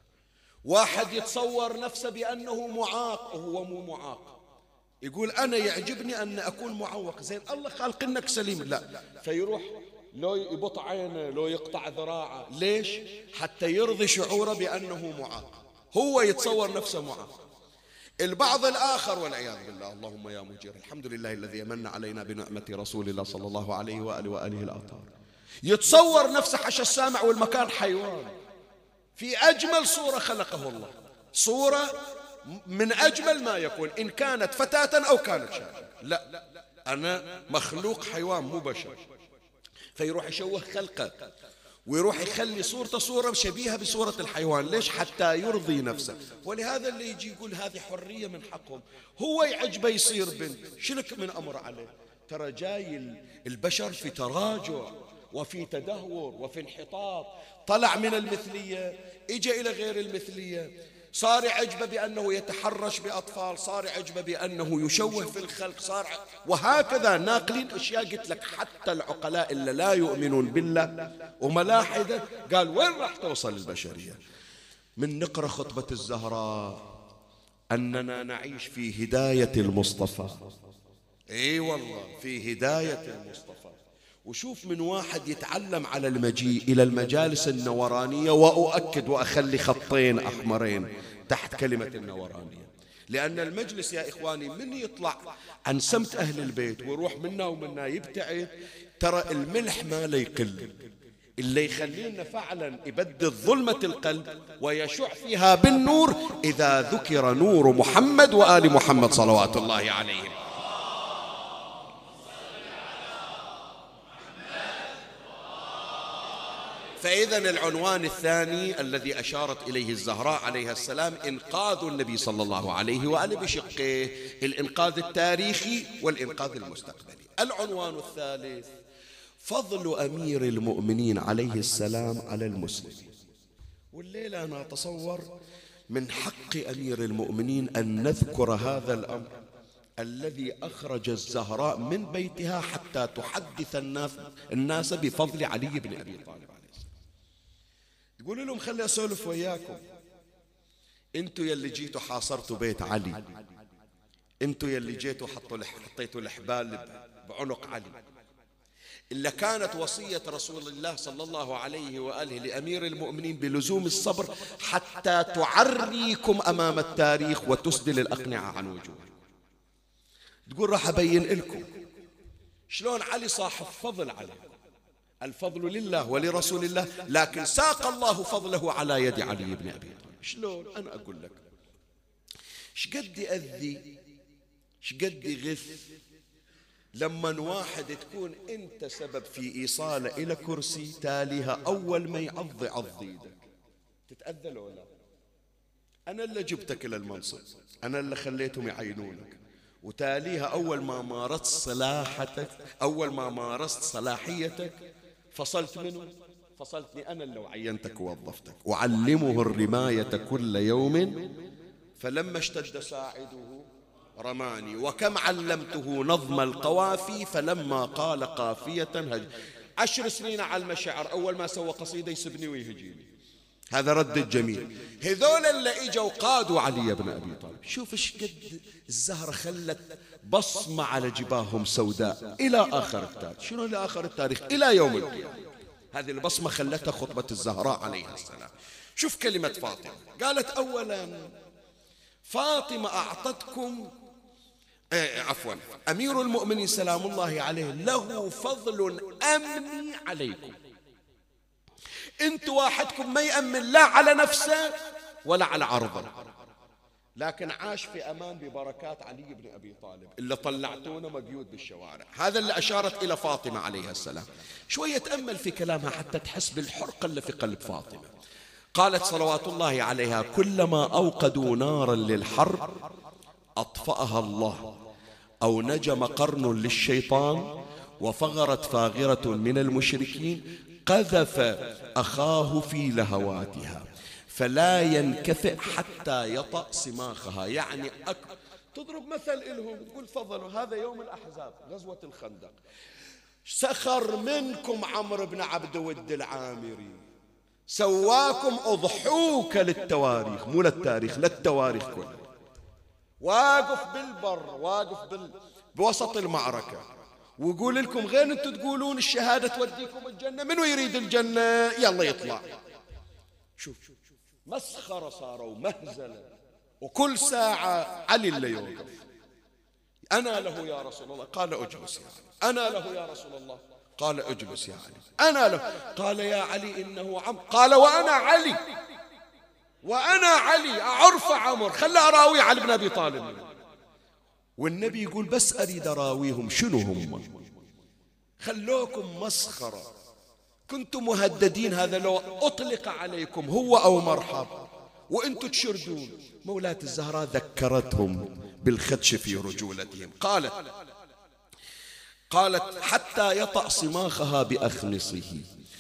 واحد يتصور نفسه بأنه معاق وهو مو معاق، يقول أنا يعجبني أن أكون معوق. زين الله خالقنك سليم، لا، فيروح لو يبط عينه، لو يقطع ذراعه، ليش؟ حتى يرضي شعوره بأنه معاق، هو يتصور نفسه معاق. البعض الآخر والعياذ بالله، اللهم يا مجير، الحمد لله الذي يمن علينا بنعمة رسول الله صلى الله عليه وآله وآله الأطهار، يتصور نفسه حش السامع والمكان حيوان في أجمل صورة خلقه الله، صورة من أجمل ما يكون إن كانت فتاة أو كانت شابة. لا، أنا مخلوق حيوان مو بشر. فيروح يشوه خلقه ويروح يخلي صورته صورة شبيهة بصورة الحيوان. ليش؟ حتى يرضي نفسه. ولهذا اللي يجي يقول هذه حرية من حقهم، هو يعجبه يصير بنت، شلك من أمر عليه؟ ترى جاي البشر في تراجع وفي تدهور وفي انحطاط. طلع من المثلية إجا إلى غير المثلية، صار يعجبه بأنه يتحرش بأطفال، صار يعجبه بأنه يشوه في الخلق، صار وهكذا ناقلين أشياء. قلت لك حتى العقلاء اللي لا يؤمنون بالله وملاحدة قال وين راح توصل البشرية؟ من نقرأ خطبة الزهراء أننا نعيش في هداية المصطفى. اي والله في هداية المصطفى. وشوف من واحد يتعلم على المجيء إلى المجالس النورانية، وأؤكد وأخلي خطين أحمرين تحت كلمة النورانية، لأن المجلس يا إخواني من يطلع عن سمت أهل البيت ويروح منا ومنا يبتعد، ترى الملح ما لا يقل. اللي يخلينا فعلا يبدد ظلمة القلب ويشع فيها بالنور إذا ذكر نور محمد وآل محمد صلوات الله عليهم. فإذا العنوان الثاني الذي أشارت إليه الزهراء عليها السلام إنقاذ النبي صلى الله عليه وآله بشقيه، الإنقاذ التاريخي والإنقاذ المستقبلي. العنوان الثالث فضل أمير المؤمنين عليه السلام على المسلمين. والليلة أنا أتصور من حق أمير المؤمنين أن نذكر هذا الأمر الذي أخرج الزهراء من بيتها حتى تحدث الناس, الناس بفضل علي بن أبي طالب. تقول لهم خلي أسولف وياكم، انتوا يلي جيتوا حاصرتوا بيت علي، انتوا يلي جيتوا حطيتوا الحبال بعنق علي، إلا كانت وصية رسول الله صلى الله عليه وآله لأمير المؤمنين بلزوم الصبر حتى تعريكم أمام التاريخ وتسدل الأقنعة عن وجوهكم. تقول راح أبين لكم شلون علي صاحب فضل عليكم. الفضل لله ولرسول الله، لكن ساق الله فضله على يد علي بن أبي طالب. شلون؟ أنا أقول لك شقد يأذي شقد يغث لما واحد تكون أنت سبب في إيصاله إلى كرسي، تاليها أول ما يعض عض يدك. تتأذى لو لا؟ أنا اللي جبتك إلى المنصب، أنا اللي خليتهم يعينونك، وتاليها أول ما مارست صلاحتك، أول ما مارست صلاحيتك فصلت منه، فصلتني أنا اللي عينتك ووظفتك. أعلمه الرماية كل يوم فلما اشتد ساعده رماني، وكم علمته نظم القوافي فلما قال قافية هج. عشر سنين على المشاعر، أول ما سوى قصيدة يسبني ويهجيني. هذا رد الجميل. هذول اللي اجوا قادوا علي بن أبي طالب. شوف ايش قد الزهرة خلت بصمة على جباههم سوداء إلى آخر التاريخ. شنو إلى آخر التاريخ؟ إلى يوم القيامة. هذه البصمة خلتها خطبة الزهراء عليها السلام. شوف كلمة فاطمة، قالت أولا فاطمة أعطتكم ايه عفوا أمير المؤمنين سلام الله عليه له فضل أمني عليكم. انت واحدكم ما يأمن لا على نفسه ولا على عرضه، لكن عاش في أمان ببركات علي بن أبي طالب اللي طلعتونا مقيود بالشوارع. هذا اللي أشارت إلى فاطمة عليها السلام. شوية تأمل في كلامها حتى تحس بالحرقة اللي في قلب فاطمة. قالت صلوات الله عليها كلما أوقدوا نارا للحرب أطفأها الله، أو نجم قرن للشيطان وفغرت فاغرة من المشركين قذف أخاه في لهواتها فلا ينكفئ حتى يطأ سماخها. يعني أك... تضرب مثل إلهم تقول فضلوا هذا يوم الأحزاب غزوة الخندق، سخر منكم عمرو بن عبد ود العامري، سواكم أضحوك للتواريخ، مو للتاريخ للتواريخ كلها، واقف بالبر واقف بال... بوسط المعركة ويقول لكم غير انتم تقولون الشهادة توديكم الجنة، منو يريد الجنة يلا يطلع. شوف مسخرة صاروا مهزلة، وكل ساعة علي اللي يوقف. أنا له يا رسول الله، قال أجلس يا علي. أنا له يا رسول الله، قال أجلس يا علي. أنا له، قال يا علي إنه عم، قال وأنا علي. وأنا علي أعرف عمر، خلى أراوي علي بن أبي طالب. والنبي يقول بس أريد أراويهم شنو هم، خلوكم مسخرة، كنتم مهددين، هذا لو أطلق عليكم هو أو مرحب وأنتم تشردون. مولاة الزهراء ذكرتهم بالخدش في رجولتهم، قالت قالت حتى يطأ صماخها بأخمصه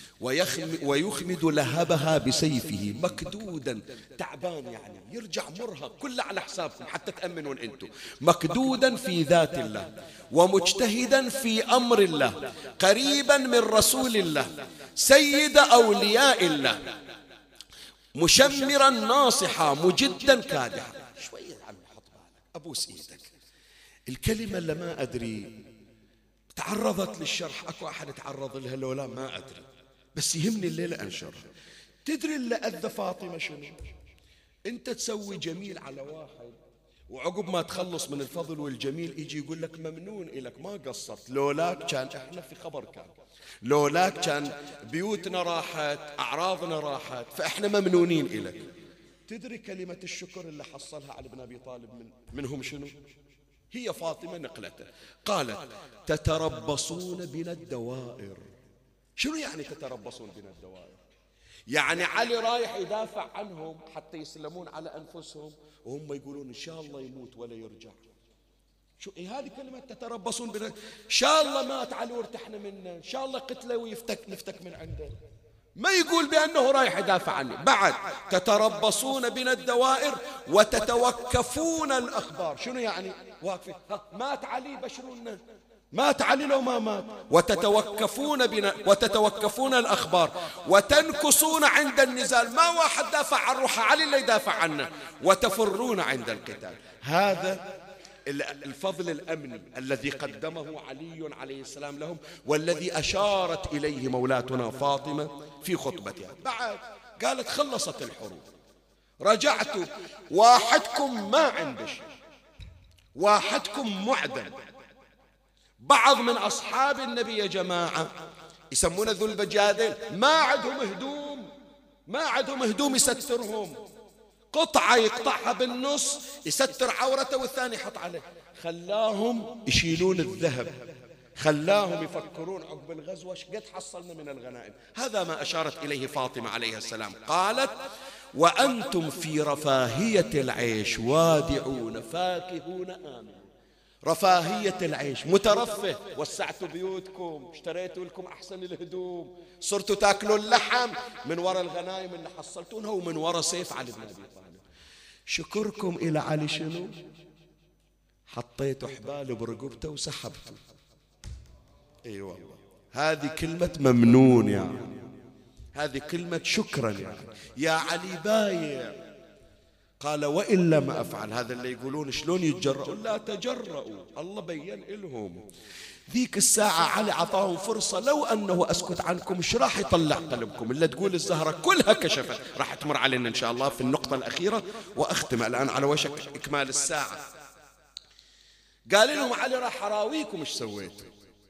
ويخمد لهبها بسيفه مكدودا، تعبان يعني يرجع مرهق، كله على حسابكم حتى تأمنون أنتم، مكدودا في ذات الله ومجتهدا في أمر الله، قريبا من رسول الله، سيد أولياء الله، مشمرا ناصحا مجدا كادحا. شوية يا عمي حط بالك، أبوس إيدك، الكلمة اللي ما أدري تعرضت للشرح، أكو أحد تعرض لها لو لا ما أدري، بس يهمني الليلة أنشرها. تدري اللي أذى فاطمة شنو؟ أنت تسوي جميل على واحد وعقب ما تخلص من الفضل والجميل يجي يقول لك ممنون إلك ما قصرت، لولاك كان إحنا في خبر كان، لولاك كان بيوتنا راحت، أعراضنا راحت، فإحنا ممنونين إلك. تدري كلمة الشكر اللي حصلها علي بن أبي طالب من منهم شنو؟ هي فاطمة نقلته، قالت تتربصون بنا الدوائر. شنو يعني تتربصون بنا الدوائر؟ يعني علي رايح يدافع عنهم حتى يسلمون على أنفسهم وهم يقولون إن شاء الله يموت ولا يرجع. شو إيه هذه كلمة تتربصون بنا؟ إن شاء الله مات علي وارتحنا منه، إن شاء الله قتله ويفتك نفتك من عنده، ما يقول بأنه رايح يدافع عني. بعد تتربصون بنا الدوائر وتتوكفون الأخبار. شنو يعني واقفين مات علي بشرونا، مات علي لو ما مات، وتتوكفون بنا وتتوكفون الأخبار وتنكصون عند النزال، ما واحد دافع عن روحه، علي اللي يدافع عنه، وتفرون عند القتال. هذا الفضل الأمني الذي قدمه علي عليه السلام لهم، والذي أشارت إليه مولاتنا فاطمة في خطبتها. بعد قالت خلصت الحروب، رجعت، واحدكم ما عنده شيء، واحدكم معدم. بعض من أصحاب النبي يا جماعة يسمونه ذو البجادين، ما عندهم هدوم، ما عندهم هدوم يسترهم، قطعة يقطعها بالنص يستر عورته والثاني يحط عليه. خلاهم يشيلون الذهب، خلاهم يفكرون عقب الغزوة ايش قد حصلنا من الغنائم. هذا ما أشارت إليه فاطمة عليه السلام، قالت وأنتم في رفاهية العيش وادعون فاكهون آمنون. رفاهية العيش، مترفه، وسعتوا بيوتكم، اشتريتوا لكم أحسن الهدوم، صرتوا تاكلوا اللحم من وراء الغنائم اللي حصلتونها ومن وراء سيف علي بن أبي طالب. شكركم إلى علي شنو؟ حطيتوا حبال برقبته وسحبتوا. اي والله هذه كلمة ممنون يعني، هذه كلمة شكرا يعني. يا علي بايع. قال وإن لم أفعل. هذا اللي يقولون شلون يتجرؤوا، لا تجرؤوا، الله بين لهم. ذيك الساعة علي عطاهم فرصة، لو أنه أسكت عنكم ايش راح يطلع قلبكم. اللي تقول الزهرة كلها كشفت، راح تمر علينا إن شاء الله في النقطة الأخيرة وأختم الآن على وشك إكمال الساعة. قال لهم علي راح أراويكم ايش سويتوا.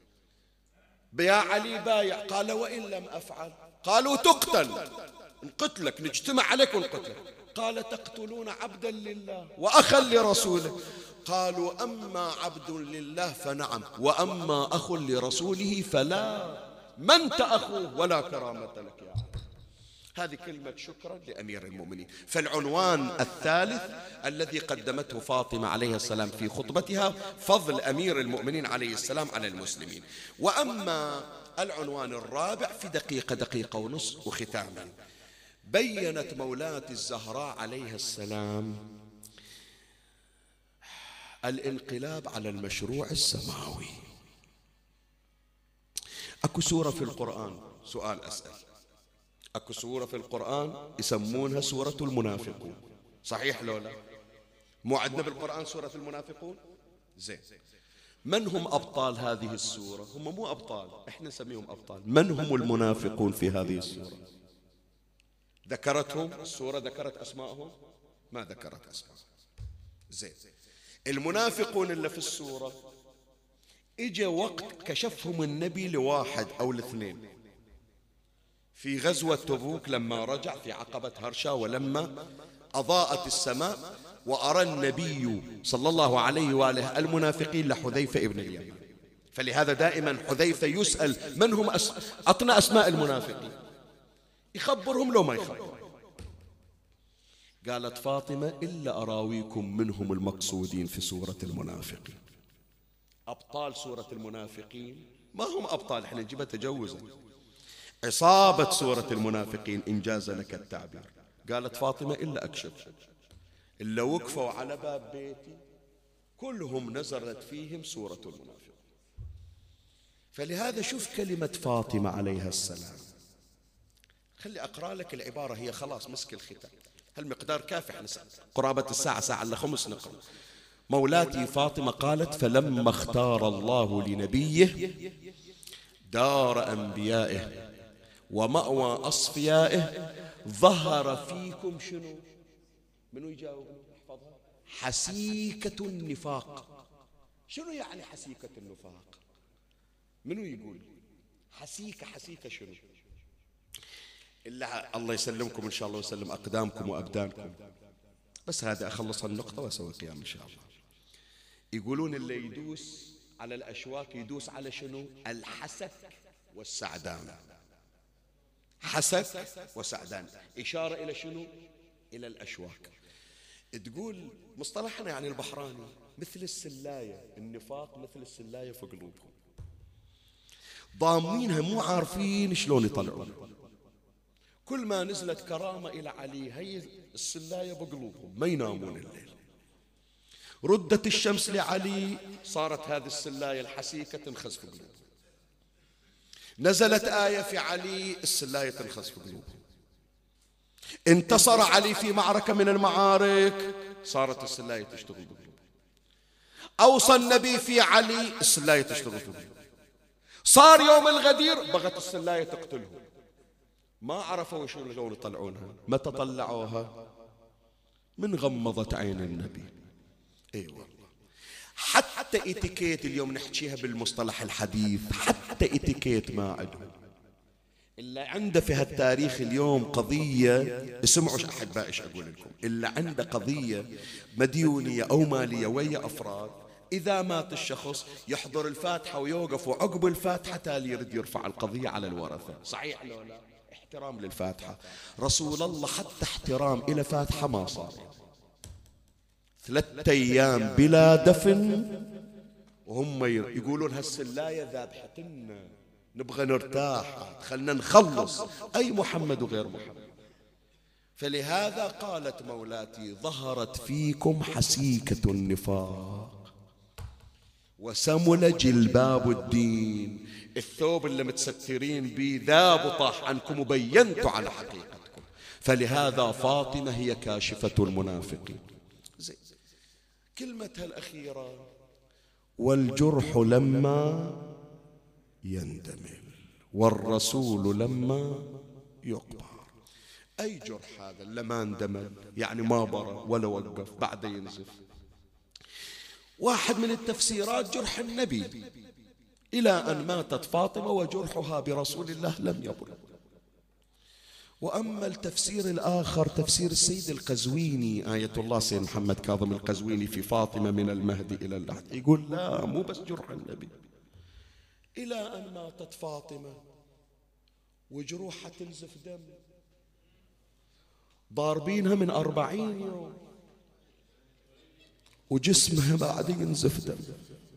يا علي بايع. قال وإن لم أفعل. قالوا تقتل، نقتلك، نجتمع عليك ونقتلك. قال تقتلون عبدا لله وأخا لرسوله. قالوا أما عبد لله فنعم، وأما أخ لرسوله فلا، ما أنت أخوه ولا كرامة لك يا علي. هذه كلمة شكرا لأمير المؤمنين. فالعنوان الثالث الذي قدمته فاطمة عليه السلام في خطبتها فضل أمير المؤمنين عليه السلام على المسلمين. وأما العنوان الرابع في دقيقة دقيقة ونصف وختاما، بيّنت مولاة الزهراء عليها السلام الانقلاب على المشروع السماوي. أكو سورة في القرآن، سؤال أسأل، أكو سورة في القرآن يسمونها سورة المنافقون، صحيح لو لا؟ مو عندنا بالقرآن سورة المنافقون؟ زين، من هم أبطال هذه السورة؟ هم مو أبطال، إحنا نسميهم أبطال. من هم المنافقون في هذه السورة؟ ذكرتهم السورة؟ ذكرت أسماءهم؟ ما ذكرت أسماءهم. زين، المنافقون اللي في السورة إجا وقت كشفهم النبي لواحد أو لاثنين، في غزوة تبوك لما رجع في عقبة هرشا، ولما أضاءت السماء وأرى النبي صلى الله عليه وآله المنافقين لحذيفة ابن اليمان. فلهذا دائما حذيفة يسأل من هم أس... أطنى أسماء المنافقين، يخبرهم لو ما يخبر. قالت فاطمة إلا أراويكم منهم المقصودين في سورة المنافقين. أبطال سورة المنافقين ما هم أبطال، احنا نجيبها تجوزا، عصابة سورة المنافقين إن جاز لك التعبير. قالت فاطمة إلا أكشف، إلا وقفوا على باب بيتي كلهم نزلت فيهم سورة المنافقين. فلهذا شوف كلمة فاطمة عليها السلام. خلي أقرأ لك العبارة، هي خلاص مسك الختام، هالمقدار كافي، احنا قرابة الساعة ساعة إلا خمس نقرأ. مولاتي فاطمة قالت فلما اختار الله لنبيه دار أنبيائه ومأوى أصفيائه ظهر فيكم شنو؟ منو يجاوب؟ احفظها. حسيكة النفاق. شنو يعني حسيكة النفاق؟ منو يقول حسيكة؟ حسيكة شنو؟ إلا الله يسلمكم إن شاء الله ويسلم أقدامكم وأبدانكم. بس هذا أخلص النقطة وأسوي قيام إن شاء الله. يقولون اللي يدوس على الأشواك يدوس على شنو؟ الحسك والسعدان. حسك وسعدان إشارة إلى شنو؟ إلى الأشواك. تقول مصطلحنا يعني البحراني مثل السلاية، النفاق مثل السلاية في قلوبهم، ضامينها مو عارفين شلون يطلعون. كل ما نزلت كرامة إلى علي هي السلاية بقلوبهم، ما ينامون الليل. ردت الشمس لعلي صارت هذه السلاية الحسيكة تنخز في قلوبهم. نزلت آية في علي السلاية تنخز في قلوبهم. انتصر علي في معركة من المعارك صارت السلاية تشتغل بقلوبهم. أوصى النبي في علي السلاية تشتغل في قلوبهم. صار يوم الغدير بغت السلاية تقتلهم، ما عرفوا شو شلون يطلعونها. متى طلعوها؟ من غمضت عين النبي. اي والله. حتى اتيكيت اليوم نحكيها بالمصطلح الحديث، حتى اتيكيت ما عندهم إلا عنده في هالتاريخ اليوم قضية. اسمعوا أحبائي ايش أقول لكم، إلا عنده قضية مديونية أو مالية ويا أفراد، إذا مات الشخص يحضر الفاتحة ويوقف وعقب الفاتحة تالي يرد يرفع القضية على الورثة. صحيح لو لا؟ احترام للفاتحة. رسول الله حتى احترام إلى فاتحة ما صار. ثلاثة أيام بلا دفن وهم يقولون هالسلاية ذابحتنا نبغى نرتاح، خلنا نخلص أي محمد وغير محمد. فلهذا قالت مولاتي ظهرت فيكم حسيكة النفاق وسمل جلباب الدين. الثوب اللي متسترين به ذاب وطاح عنكم وبينتوا على حقيقتكم. فلهذا فاطمة هي كاشفة المنافقين. زي كلمتها الأخيرة والجرح لما يندمل والرسول لما يقبر. أي جرح هذا؟ لما اندمل يعني ما برى ولا وقف، بعد ينزف. واحد من التفسيرات جرح النبي إلى أن ماتت فاطمة وجرحها برسول الله لم يبرد. وأما التفسير الآخر تفسير السيد القزويني آية الله سيد محمد كاظم القزويني في فاطمة من المهدي إلى اللحد، يقول لا مو بس جرح النبي، إلى أن ماتت فاطمة وجروحها تنزف دم، ضاربينها من أربعين يوم وجسمها بعد ينزف دم.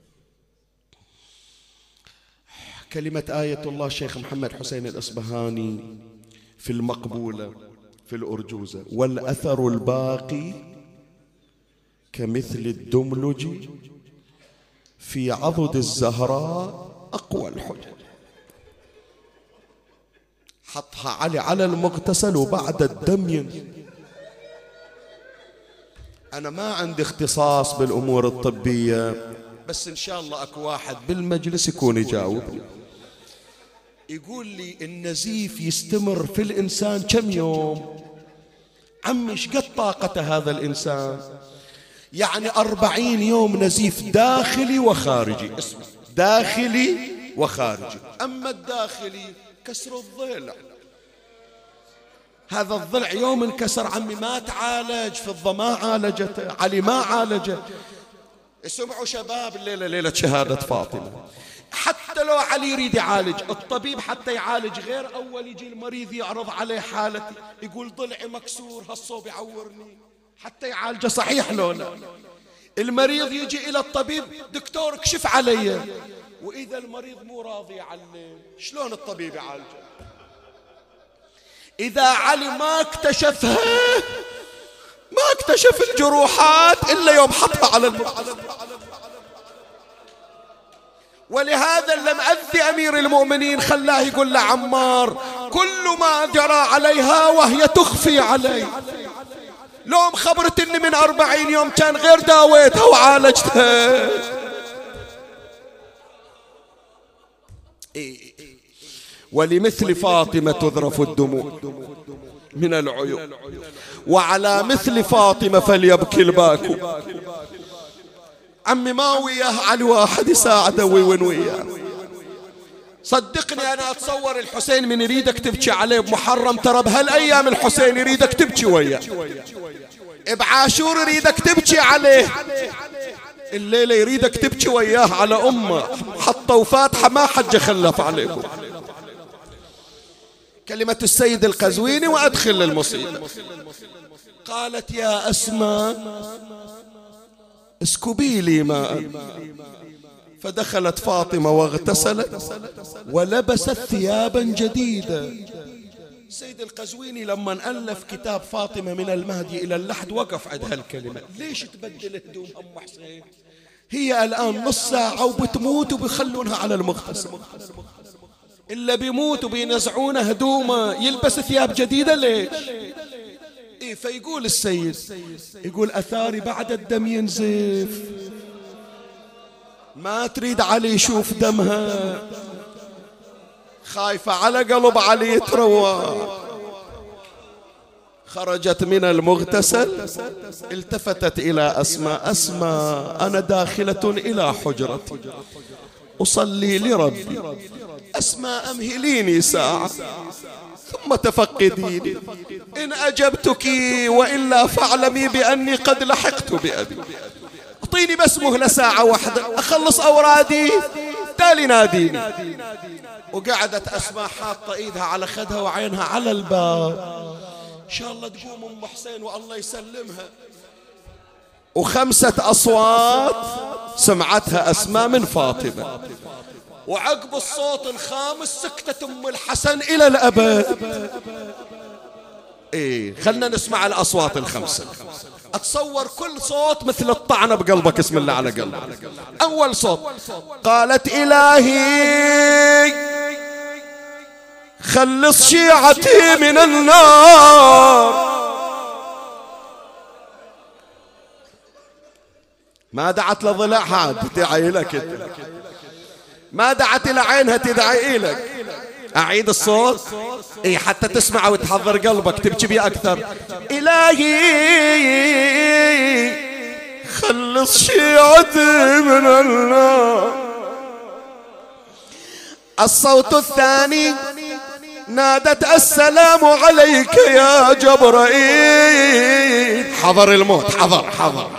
كلمة آية الله الشيخ محمد حسين الأصبهاني في المقبولة في الأرجوزة والأثر الباقي كمثل الدملج في عضد الزهراء أقوى الحجج. حطها علي على المغتسل وبعد الدم ينزل. أنا ما عندي اختصاص بالأمور الطبية، بس إن شاء الله أكو واحد بالمجلس يكون يجاوبني. يقول لي النزيف يستمر في الإنسان كم يوم؟ عمي ايش قد طاقة هذا الإنسان؟ يعني أربعين يوم نزيف داخلي وخارجي. اسمع، داخلي وخارجي. أما الداخلي كسر الضلع هذا الضلع يوم انكسر عمي ما تعالج، فضة ما عالجته، علي ما عالجه. سمعوا شباب الليلة ليلة شهادة فاطمة، حتى لو علي يريد يعالج، الطبيب حتى يعالج غير أول يجي المريض يعرض عليه حالتي يقول ضلعي مكسور هالصوب يعورني حتى يعالجه، صحيح لو لا؟ المريض يجي إلى الطبيب دكتور اكشف علي، وإذا المريض مو راضي يعلم شلون الطبيب يعالجه؟ إذا علي ما اكتشفها، ما اكتشف الجروحات إلا يوم حطها على المغتسل. ولهذا لم أذي أمير المؤمنين خلاه يقول لعمار كل ما جرى عليها وهي تخفي علي، لو مخبرتني من أربعين يوم كان غير داويتها وعالجتها. ولمثل فاطمة تذرف الدموع من العيون، وعلى مثل فاطمة فليبكي الباكو. عمي ما وياه علي واحد يساعده وين وياه. صدقني أنا أتصور الحسين من يريدك تبكي عليه بمحرم، ترى بهالأيام الحسين يريدك تبكي وياه، بعاشور يريدك تبكي عليه، الليلة يريدك تبكي وياه على أمه، حطوا فاتحة ما حد خلف عليكم. كلمة السيد القزويني وأدخل المصيبة، قالت يا أسماء اسكبي لي ماء، فدخلت فاطمة واغتسلت ولبست ثيابا جديدة. السيد القزويني لما ألف كتاب فاطمة من المهدي إلى اللحد وقف عند هالكلمة، ليش تبدل هدوم أم حسين؟ هي الآن نص ساعة وبتموت وبيخلونها على المغتسل، إلا بيموت وبينزعونه هدومه يلبس ثياب جديدة ليش؟ إيه فيقول السيد، يقول أثاري بعد الدم ينزف، ما تريد علي يشوف دمها، خايفة على قلب علي يتروى. خرجت من المغتسل التفتت إلى أسماء، أسماء أنا داخلة إلى حجرتي أصلي لربي، أسماء أمهليني ساعة ثم تفقديني، إن أجبتك وإلا فاعلمي بأني قد لحقت بأبي، أعطيني بس مهلة ساعة واحدة أخلص أورادي تالي ناديني. وقعدت أسماء حاطة إيدها على خدها وعينها على الباب، إن شاء الله تقوم أم حسين والله يسلمها. وخمسة أصوات سمعتها أسماء من فاطمة، وعقب الصوت الخامس سكتت أم الحسن إلى الأبد. إيه خلنا نسمع الأصوات الخمسة، أتصور كل صوت مثل الطعنة بقلبك، اسم الله على قلبك. أول صوت قالت إلهي خلص شيعتي من النار، ما دعت لضلعها تدعي لك، ما دعت إلى عينها تدعي لك. أعيد الصوت إيه حتى تسمع وتحضر قلبك تبكي بيه أكثر. إلهي خلص شيعتي من النار. الصوت الثاني نادت السلام عليك يا جبرائيل، حضر الموت، حضر حضر.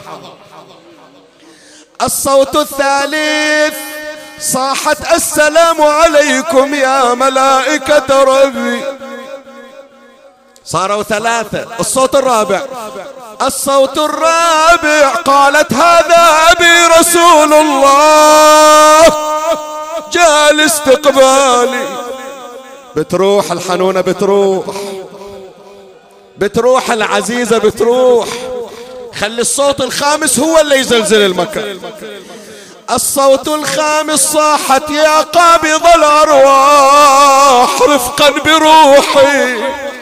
الصوت الثالث صاحت السلام عليكم يا ملائكة ربي. صاروا ثلاثة. الصوت الرابع الصوت الرابع قالت هذا أبي رسول الله جاء لاستقبالي. بتروح الحنونة، بتروح بتروح العزيزة، بتروح. خلي الصوت الخامس هو اللي يزلزل المكان. الصوت الخامس صاحت يا قابض الأرواح رفقا بروحي.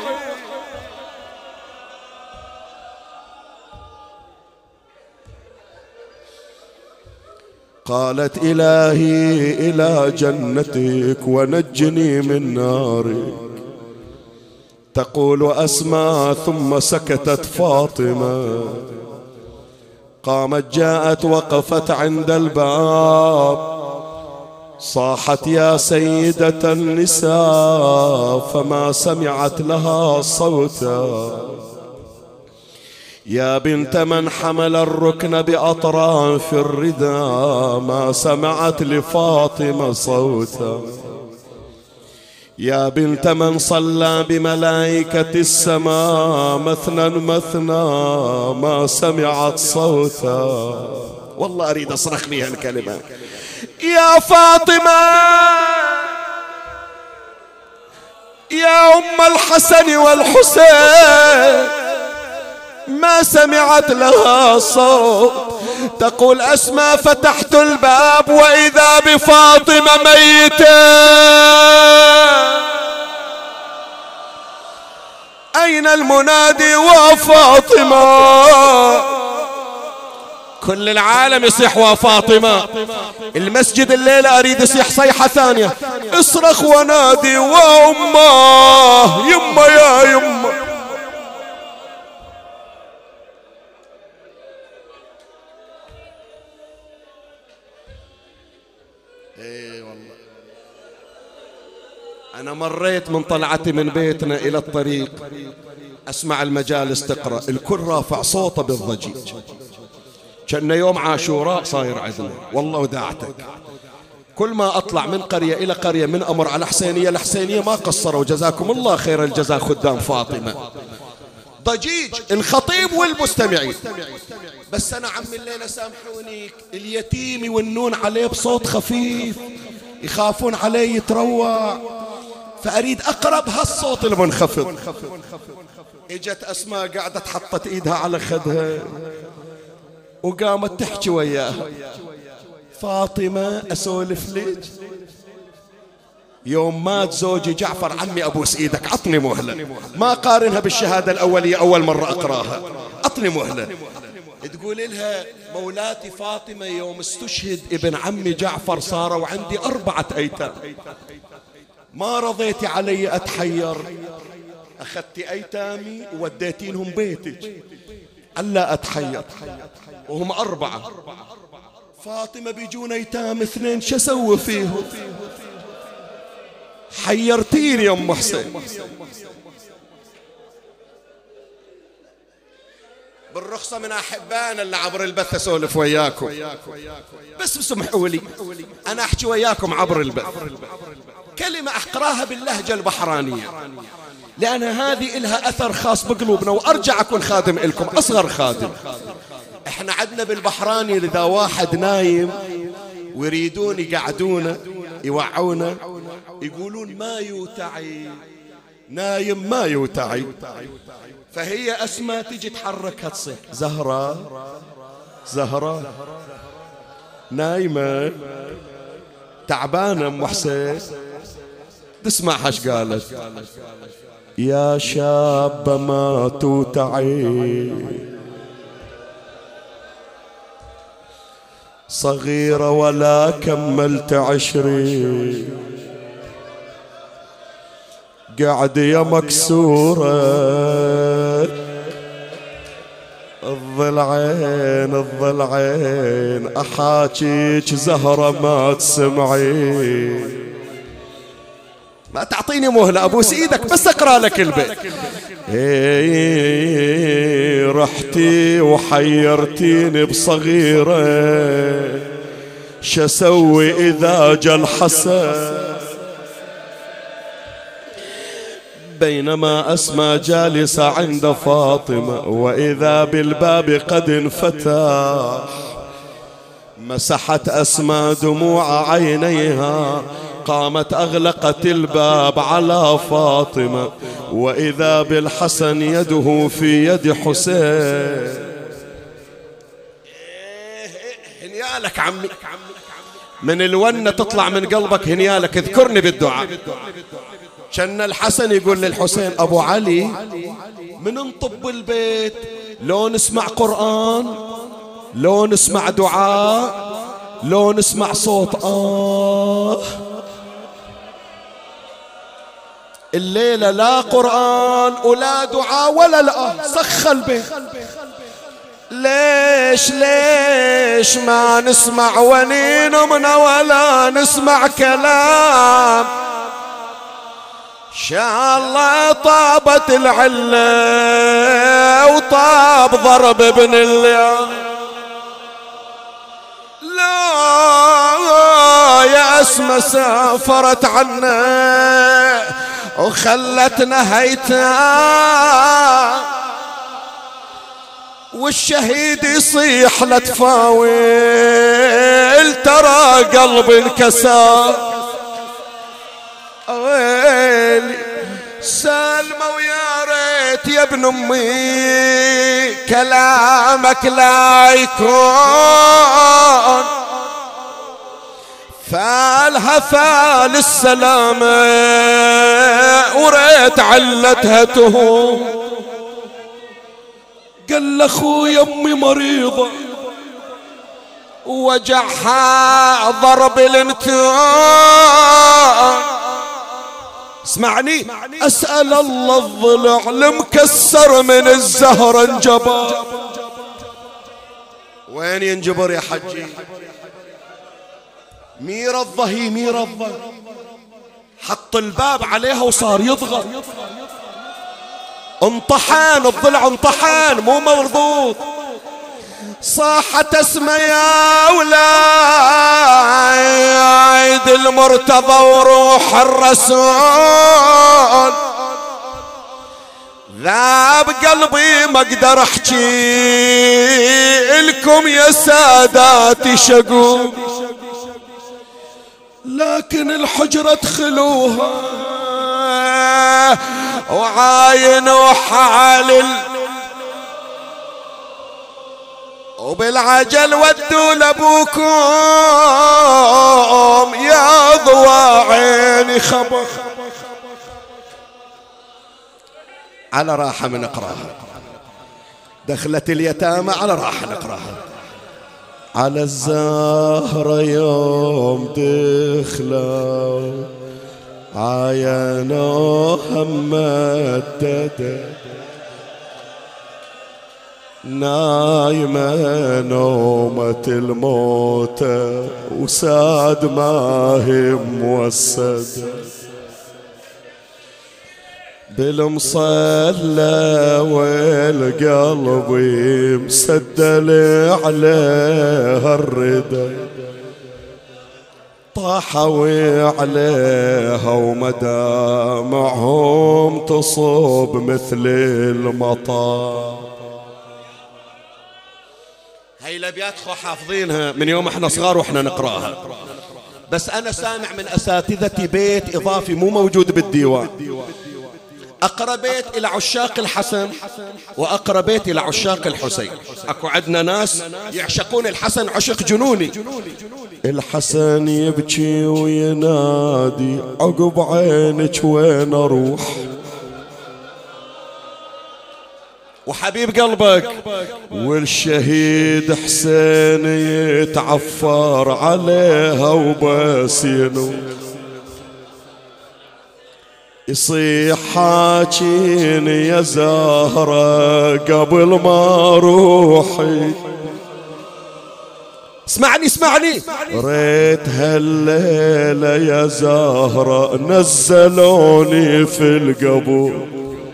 قالت إلهي إلى جنتك ونجني من نارك. تقول أسماء ثم سكتت فاطمة. قامت جاءت وقفت عند الباب صاحت يا سيدة النساء فما سمعت لها صوتا، يا بنت من حمل الركن بأطراف الردى ما سمعت لفاطمة صوتا، يا بنت من صلى بملائكة السماء مثنى مثنى ما سمعت صوتا. والله أريد أصرخ بها الكلمة. يا فاطمة يا أم الحسن والحسين ما سمعت لها صوت. تقول أسماء فتحت الباب وإذا بفاطمة ميتة. أين المنادي وفاطمة؟ كل العالم يصيح وفاطمة. المسجد الليلة أريد يصيح صيحة ثانية، اصرخ ونادي وأمه يمه يا يمه. ايه والله أنا مريت من طلعتي من بيتنا إلى الطريق أسمع المجالس تقرأ، الكل رافع صوته بالضجيج، كأنه يوم عاشوراء صاير عندنا. والله وداعتك كل ما أطلع من قرية إلى قرية من أمر على حسينية الحسينية ما قصروا، جزاكم الله خير الجزاء خدام فاطمة. ضجيج الخطيب والمستمعين. بس أنا عمي الليلة سامحوني اليتيم يونون عليه بصوت خفيف، يخافون عليه يتروع، فأريد أقرب هالصوت المنخفض. إجت أسماء قاعدة حطت إيدها على خدها وقامت تحكي وياها. فاطمة أسولف لك، يوم مات زوجي جعفر عمي أبوس إيدك عطني مهلة، ما قارنها بالشهادة الأولية أول مرة أقراها، عطني مهلة. تقول لها مولاتي فاطمة يوم استشهد ابن عمي جعفر صاروا عندي أربعة أيتام، ما رضيتي علي أتحير، أخذتي أيتامي ووديتينهم بيتك ألا أتحير وهم أربعة. فاطمة بيجون أيتام اثنين شو أسوي فيهم؟ حيرتيني يا أم حسين. بالرخصة من أحبان اللي عبر البث أسولف وياكم، بس اسمحوا لي أنا أحكي وياكم عبر البث كلمة أقراها باللهجة البحرانية، لأن هذه إلها أثر خاص بقلوبنا، وأرجع أكون خادم إلكم أصغر خادم. إحنا عدنا بالبحراني إذا واحد نايم ويريدون يقعدونه يوعونه يقولون ما يوتعي، نايم ما يوتعي. فهي أسماء تجي تحركها تصيح زهرة زهرة نايمة تعبانة أم حسين. تسمعها ايش قالت؟ يا شاب ما توتعي، صغيرة ولا كملت عشري، قاعد يا مكسورة الضلعين الضلعين، أحاكيك زهرة ما تسمعي. ما تعطيني مهلة أبوس إيدك بس أقرأ لك البيت. إيه رحتي وحيرتيني بصغيرة، شسوي إذا جا الحسن، بينما أسمى جالسة عند فاطمة وإذا بالباب قد انفتح، مسحت أسمى دموع عينيها، قامت أغلقت الباب على فاطمة وإذا بالحسن يده في يد حسين. هنيالك عمي، من الونة تطلع من قلبك هنيالك، اذكرني بالدعاء. كان الحسن يقول للحسين أبو علي من نطب البيت لو نسمع قرآن، لو نسمع دعاء، لو نسمع صوت آه. الليلة لا قرآن ولا دعاء ولا لا، سخ البيت. ليش ليش ما نسمع ونينمنا ولا نسمع كلام؟ شاء الله طابت العلة وطاب ضرب ابن اليوم. لا يا اسمى سافرت عنا وخلتنا هيتام، والشهيد يصيح لا تفاول ترى قلبي انكسر. ويلي سلمى ويا ريت يا ابن امي كلامك لا يكون فالها فال السلامة وريت علتها تهون. قال لاخويا امي مريضة وجعها ضرب الانتان، اسمعني اسأل الله الضلع المكسر من الزهر انجبر. وين ينجبر يا حجي؟ مير الضهي مير الضهي حط الباب عليها وصار يضغط، انطحان الضلع انطحان مو مرضوض. صاحت اسمى يا ولاد المرتضى وروح الرسول، ذاب قلبي ما اقدر احكي لكم يا ساداتي شقوم، لكن الحجرة ادخلوها وعاينوا حال وبالعجل ودوا لابوكم يا ضوا عيني خبر. على راحة من نقراها، دخلت اليتامى على راحة نقراها. على الزهرة يوم دخلوا عاينوها ممددة نايمة نومة الموتى وساد ما هي موسدة بالمصلى والقلب مسدل عليها الردى طاحوا عليها ومدامعهم تصب مثل المطر. هاي الابيات خو حافظينها من يوم احنا صغار واحنا نقراها، بس انا سامع من اساتذتي بيت اضافي مو موجود بالديوان. اقرا بيت الى عشاق الحسن واقرا بيت الى عشاق الحسين. اكو عندنا ناس يعشقون الحسن عشق جنوني. الحسن يبكي وينادي عقب عينك وين اروح، وحبيب قلبك والشهيد حسين يتعفر عليها وبس ينوح. يصيح حاكين يا زهرة قبل ما روحي، اسمعني اسمعني ريت هالليلة يا زهرة نزلوني في القبور.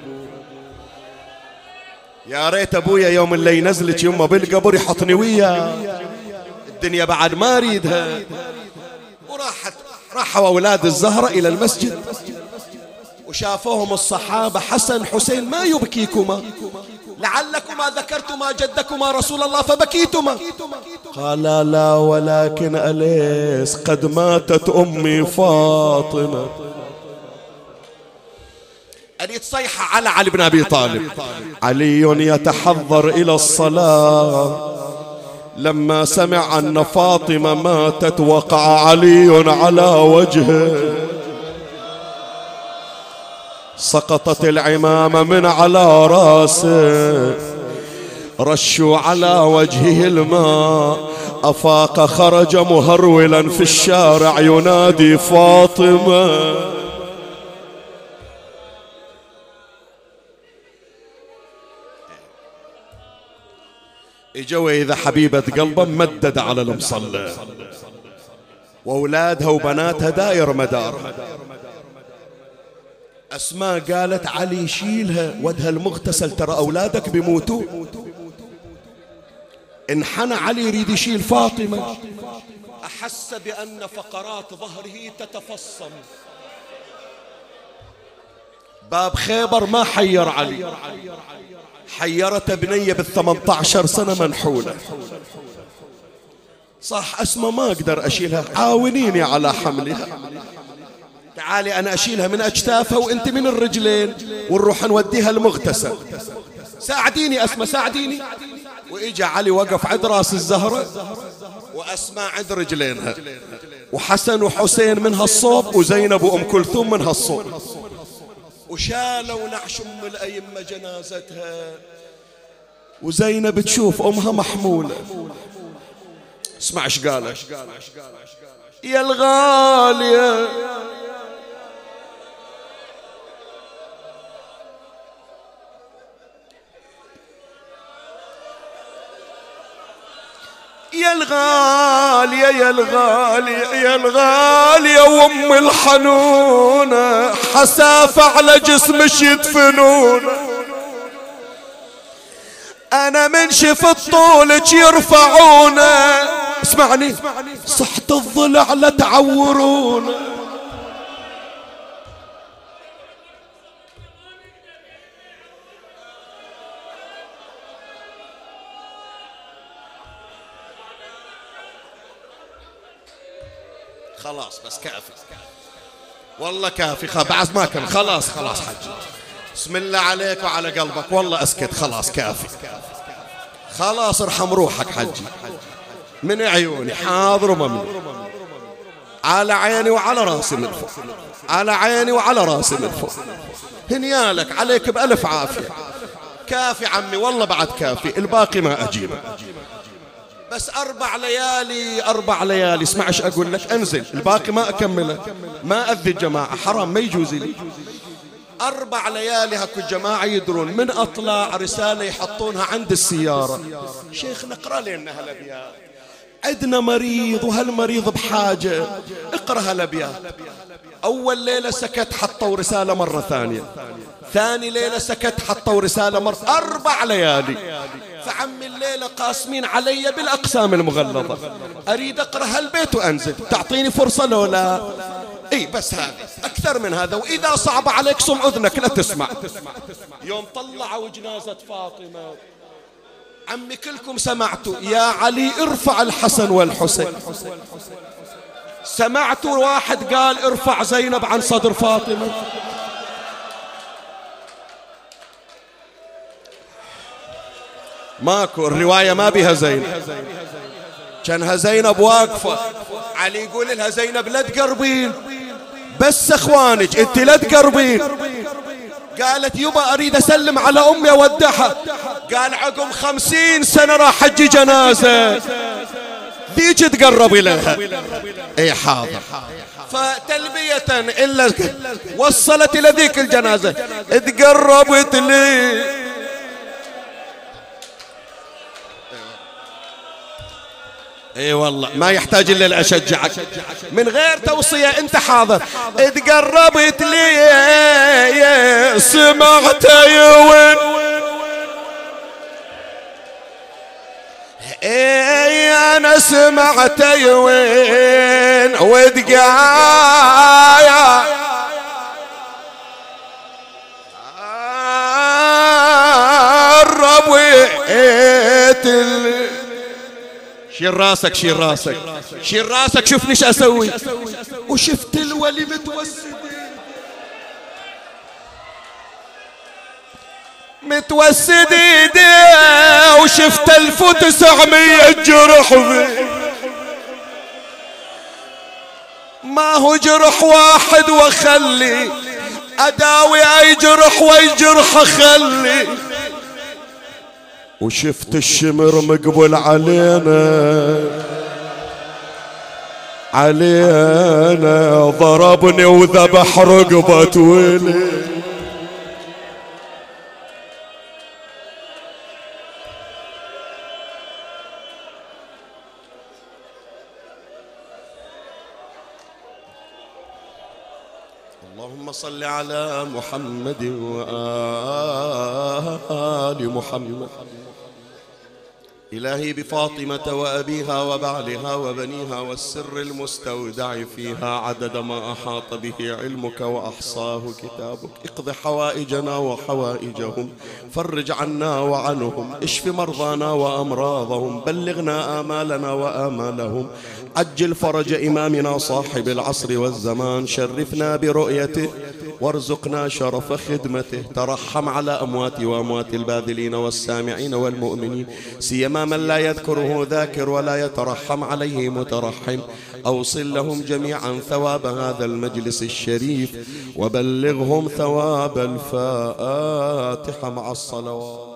يا ريت ابويا يوم اللي ينزلك يمه بالقبر يحطني وياه، الدنيا بعد ما اريدها. وراحت راحوا اولاد الزهرة الى المسجد وشافوهم الصحابة حسن حسين ما يبكيكما لعلكما ذكرتما جدكما رسول الله فبكيتما. قال لا ولكن أليس قد ماتت أمي فاطمة. أريد صيحة على علي بن أبي طالب. علي يتحضر إلى الصلاة لما سمع أن فاطمة ماتت وقع علي على وجهه، سقطت العمامة من على راسه، رشوا على وجهه الماء، أفاق خرج مهرولا في الشارع ينادي فاطمة. اجوا إذا حبيبة قلبه مدد على المصلى، وأولادها وبناتها داير مدارها. أسماء قالت علي شيلها ودها المغتسل، ترى أولادك بيموتوا. انحنى علي يريد يشيل فاطمة، أحس بأن فقرات ظهره تتفصم. باب خيبر ما حير علي، حيرته بنية بالثمانية عشر سنة منحولة. صح أسمى ما أقدر أشيلها، عاونيني على حملها، تعالي أنا أشيلها من أجتافها وأنت من الرجلين، ونروح نوديها المغتسل. ساعديني أسمى ساعديني. وإجا علي وقف عند راس الزهرة، وأسماء عند رجلينها، وحسن وحسين من هالصوب، وزينب وأم كلثوم من هالصوب، وشالوا نعش أم الأئمة جنازتها، وزينب تشوف أمها محمولة. اسمع ايش قالت: يا الغالية يا الغالية يا الغالية يا الغالية وام الحنونة، حسافة على جسمش يدفنون. أنا من شفت طولك يرفعونا، اسمعني صحت الضلع لا تعورونا. خلاص بس كافي والله كافي، بعد ما كان خلاص خلاص حجي، بسم الله عليك وعلى قلبك، والله اسكت خلاص كافي خلاص، ارحم روحك حجي من عيوني، حاضر وممنوع، على عيني وعلى راسي من فوق، على عيني وعلى راسي من فوق، هنيالك عليك بألف عافية. كافي عمي والله بعد كافي، الباقي ما أجيبه. بس أربع ليالي أربع ليالي اسمع ايش أقول لك، أنزل الباقي ما أكمله، ما أذي الجماعة حرام ما يجوز لي. أربع ليالي هكو الجماعة يدرون، من أطلع رسالة يحطونها عند السيارة: شيخ نقرأ لنا هالأبيات، عندنا مريض وهالمريض بحاجة، اقرأ هالأبيات. أول ليلة سكت حطوا رسالة مرة ثانية، ثاني ليلة سكت حطوا رسالة مرة، أربع ليالي. فعمي الليلة قاسمين علي بالأقسام المغلظة، أريد أقرأ هالبيت وأنزل، تعطيني فرصة لو لا؟ اي بس هذا اكثر من هذا، واذا صعب عليك صم اذنك لا تسمع. يوم طلعوا جنازة فاطمة عمي كلكم سمعتوا: يا علي ارفع الحسن والحسين. سمعتوا واحد قال ارفع زينب عن صدر فاطمة؟ ماكو، الرواية ما بها زينب، كانها زينب واقفة، علي يقول لها: زينب لا تقربين، بس اخوانك انت لا تقربين. قالت: يبا اريد اسلم على امي اودعها. قال: عقب خمسين سنة راح حجي جنازة، ذيك تقرب لها. اي حاضر. فتلبية الا وصلت الى ذيك الجنازة، تقربت لي. اي والله ما يحتاج الا الاشجعك من غير توصية، انت حاضر. اتقربت لي سمعت يوين، اي انا سمعت يوين ودقايا قربت. شيل راسك شيل راسك شيل راسك، شوفني ايش اسوي. وشفت الولي متوسد متوسد ايديه، وشفت ألف وتسعمية جرح فيه، ما هو جرح واحد وخلي اداوي اي جرح واي جرح اخلي. وشفت الشمر مقبل علينا علينا، ضربني وذبح رقبة ولي. اللهم صل على محمد وآل محمد. إلهي بفاطمة وأبيها وبعلها وبنيها والسر المستودع فيها عدد ما أحاط به علمك وأحصاه كتابك، اقض حوائجنا وحوائجهم، فرج عنا وعنهم، اشف مرضانا وأمراضهم، بلغنا آمالنا وآمالهم، عجل فرج إمامنا صاحب العصر والزمان، شرفنا برؤيته وارزقنا شرف خدمته، ترحم على أموات وأموات الباذلين والسامعين والمؤمنين، سيما من لا يذكره ذاكر ولا يترحم عليه مترحم، أوصل لهم جميعا ثواب هذا المجلس الشريف، وبلغهم ثواب الفاتحة مع الصلوات.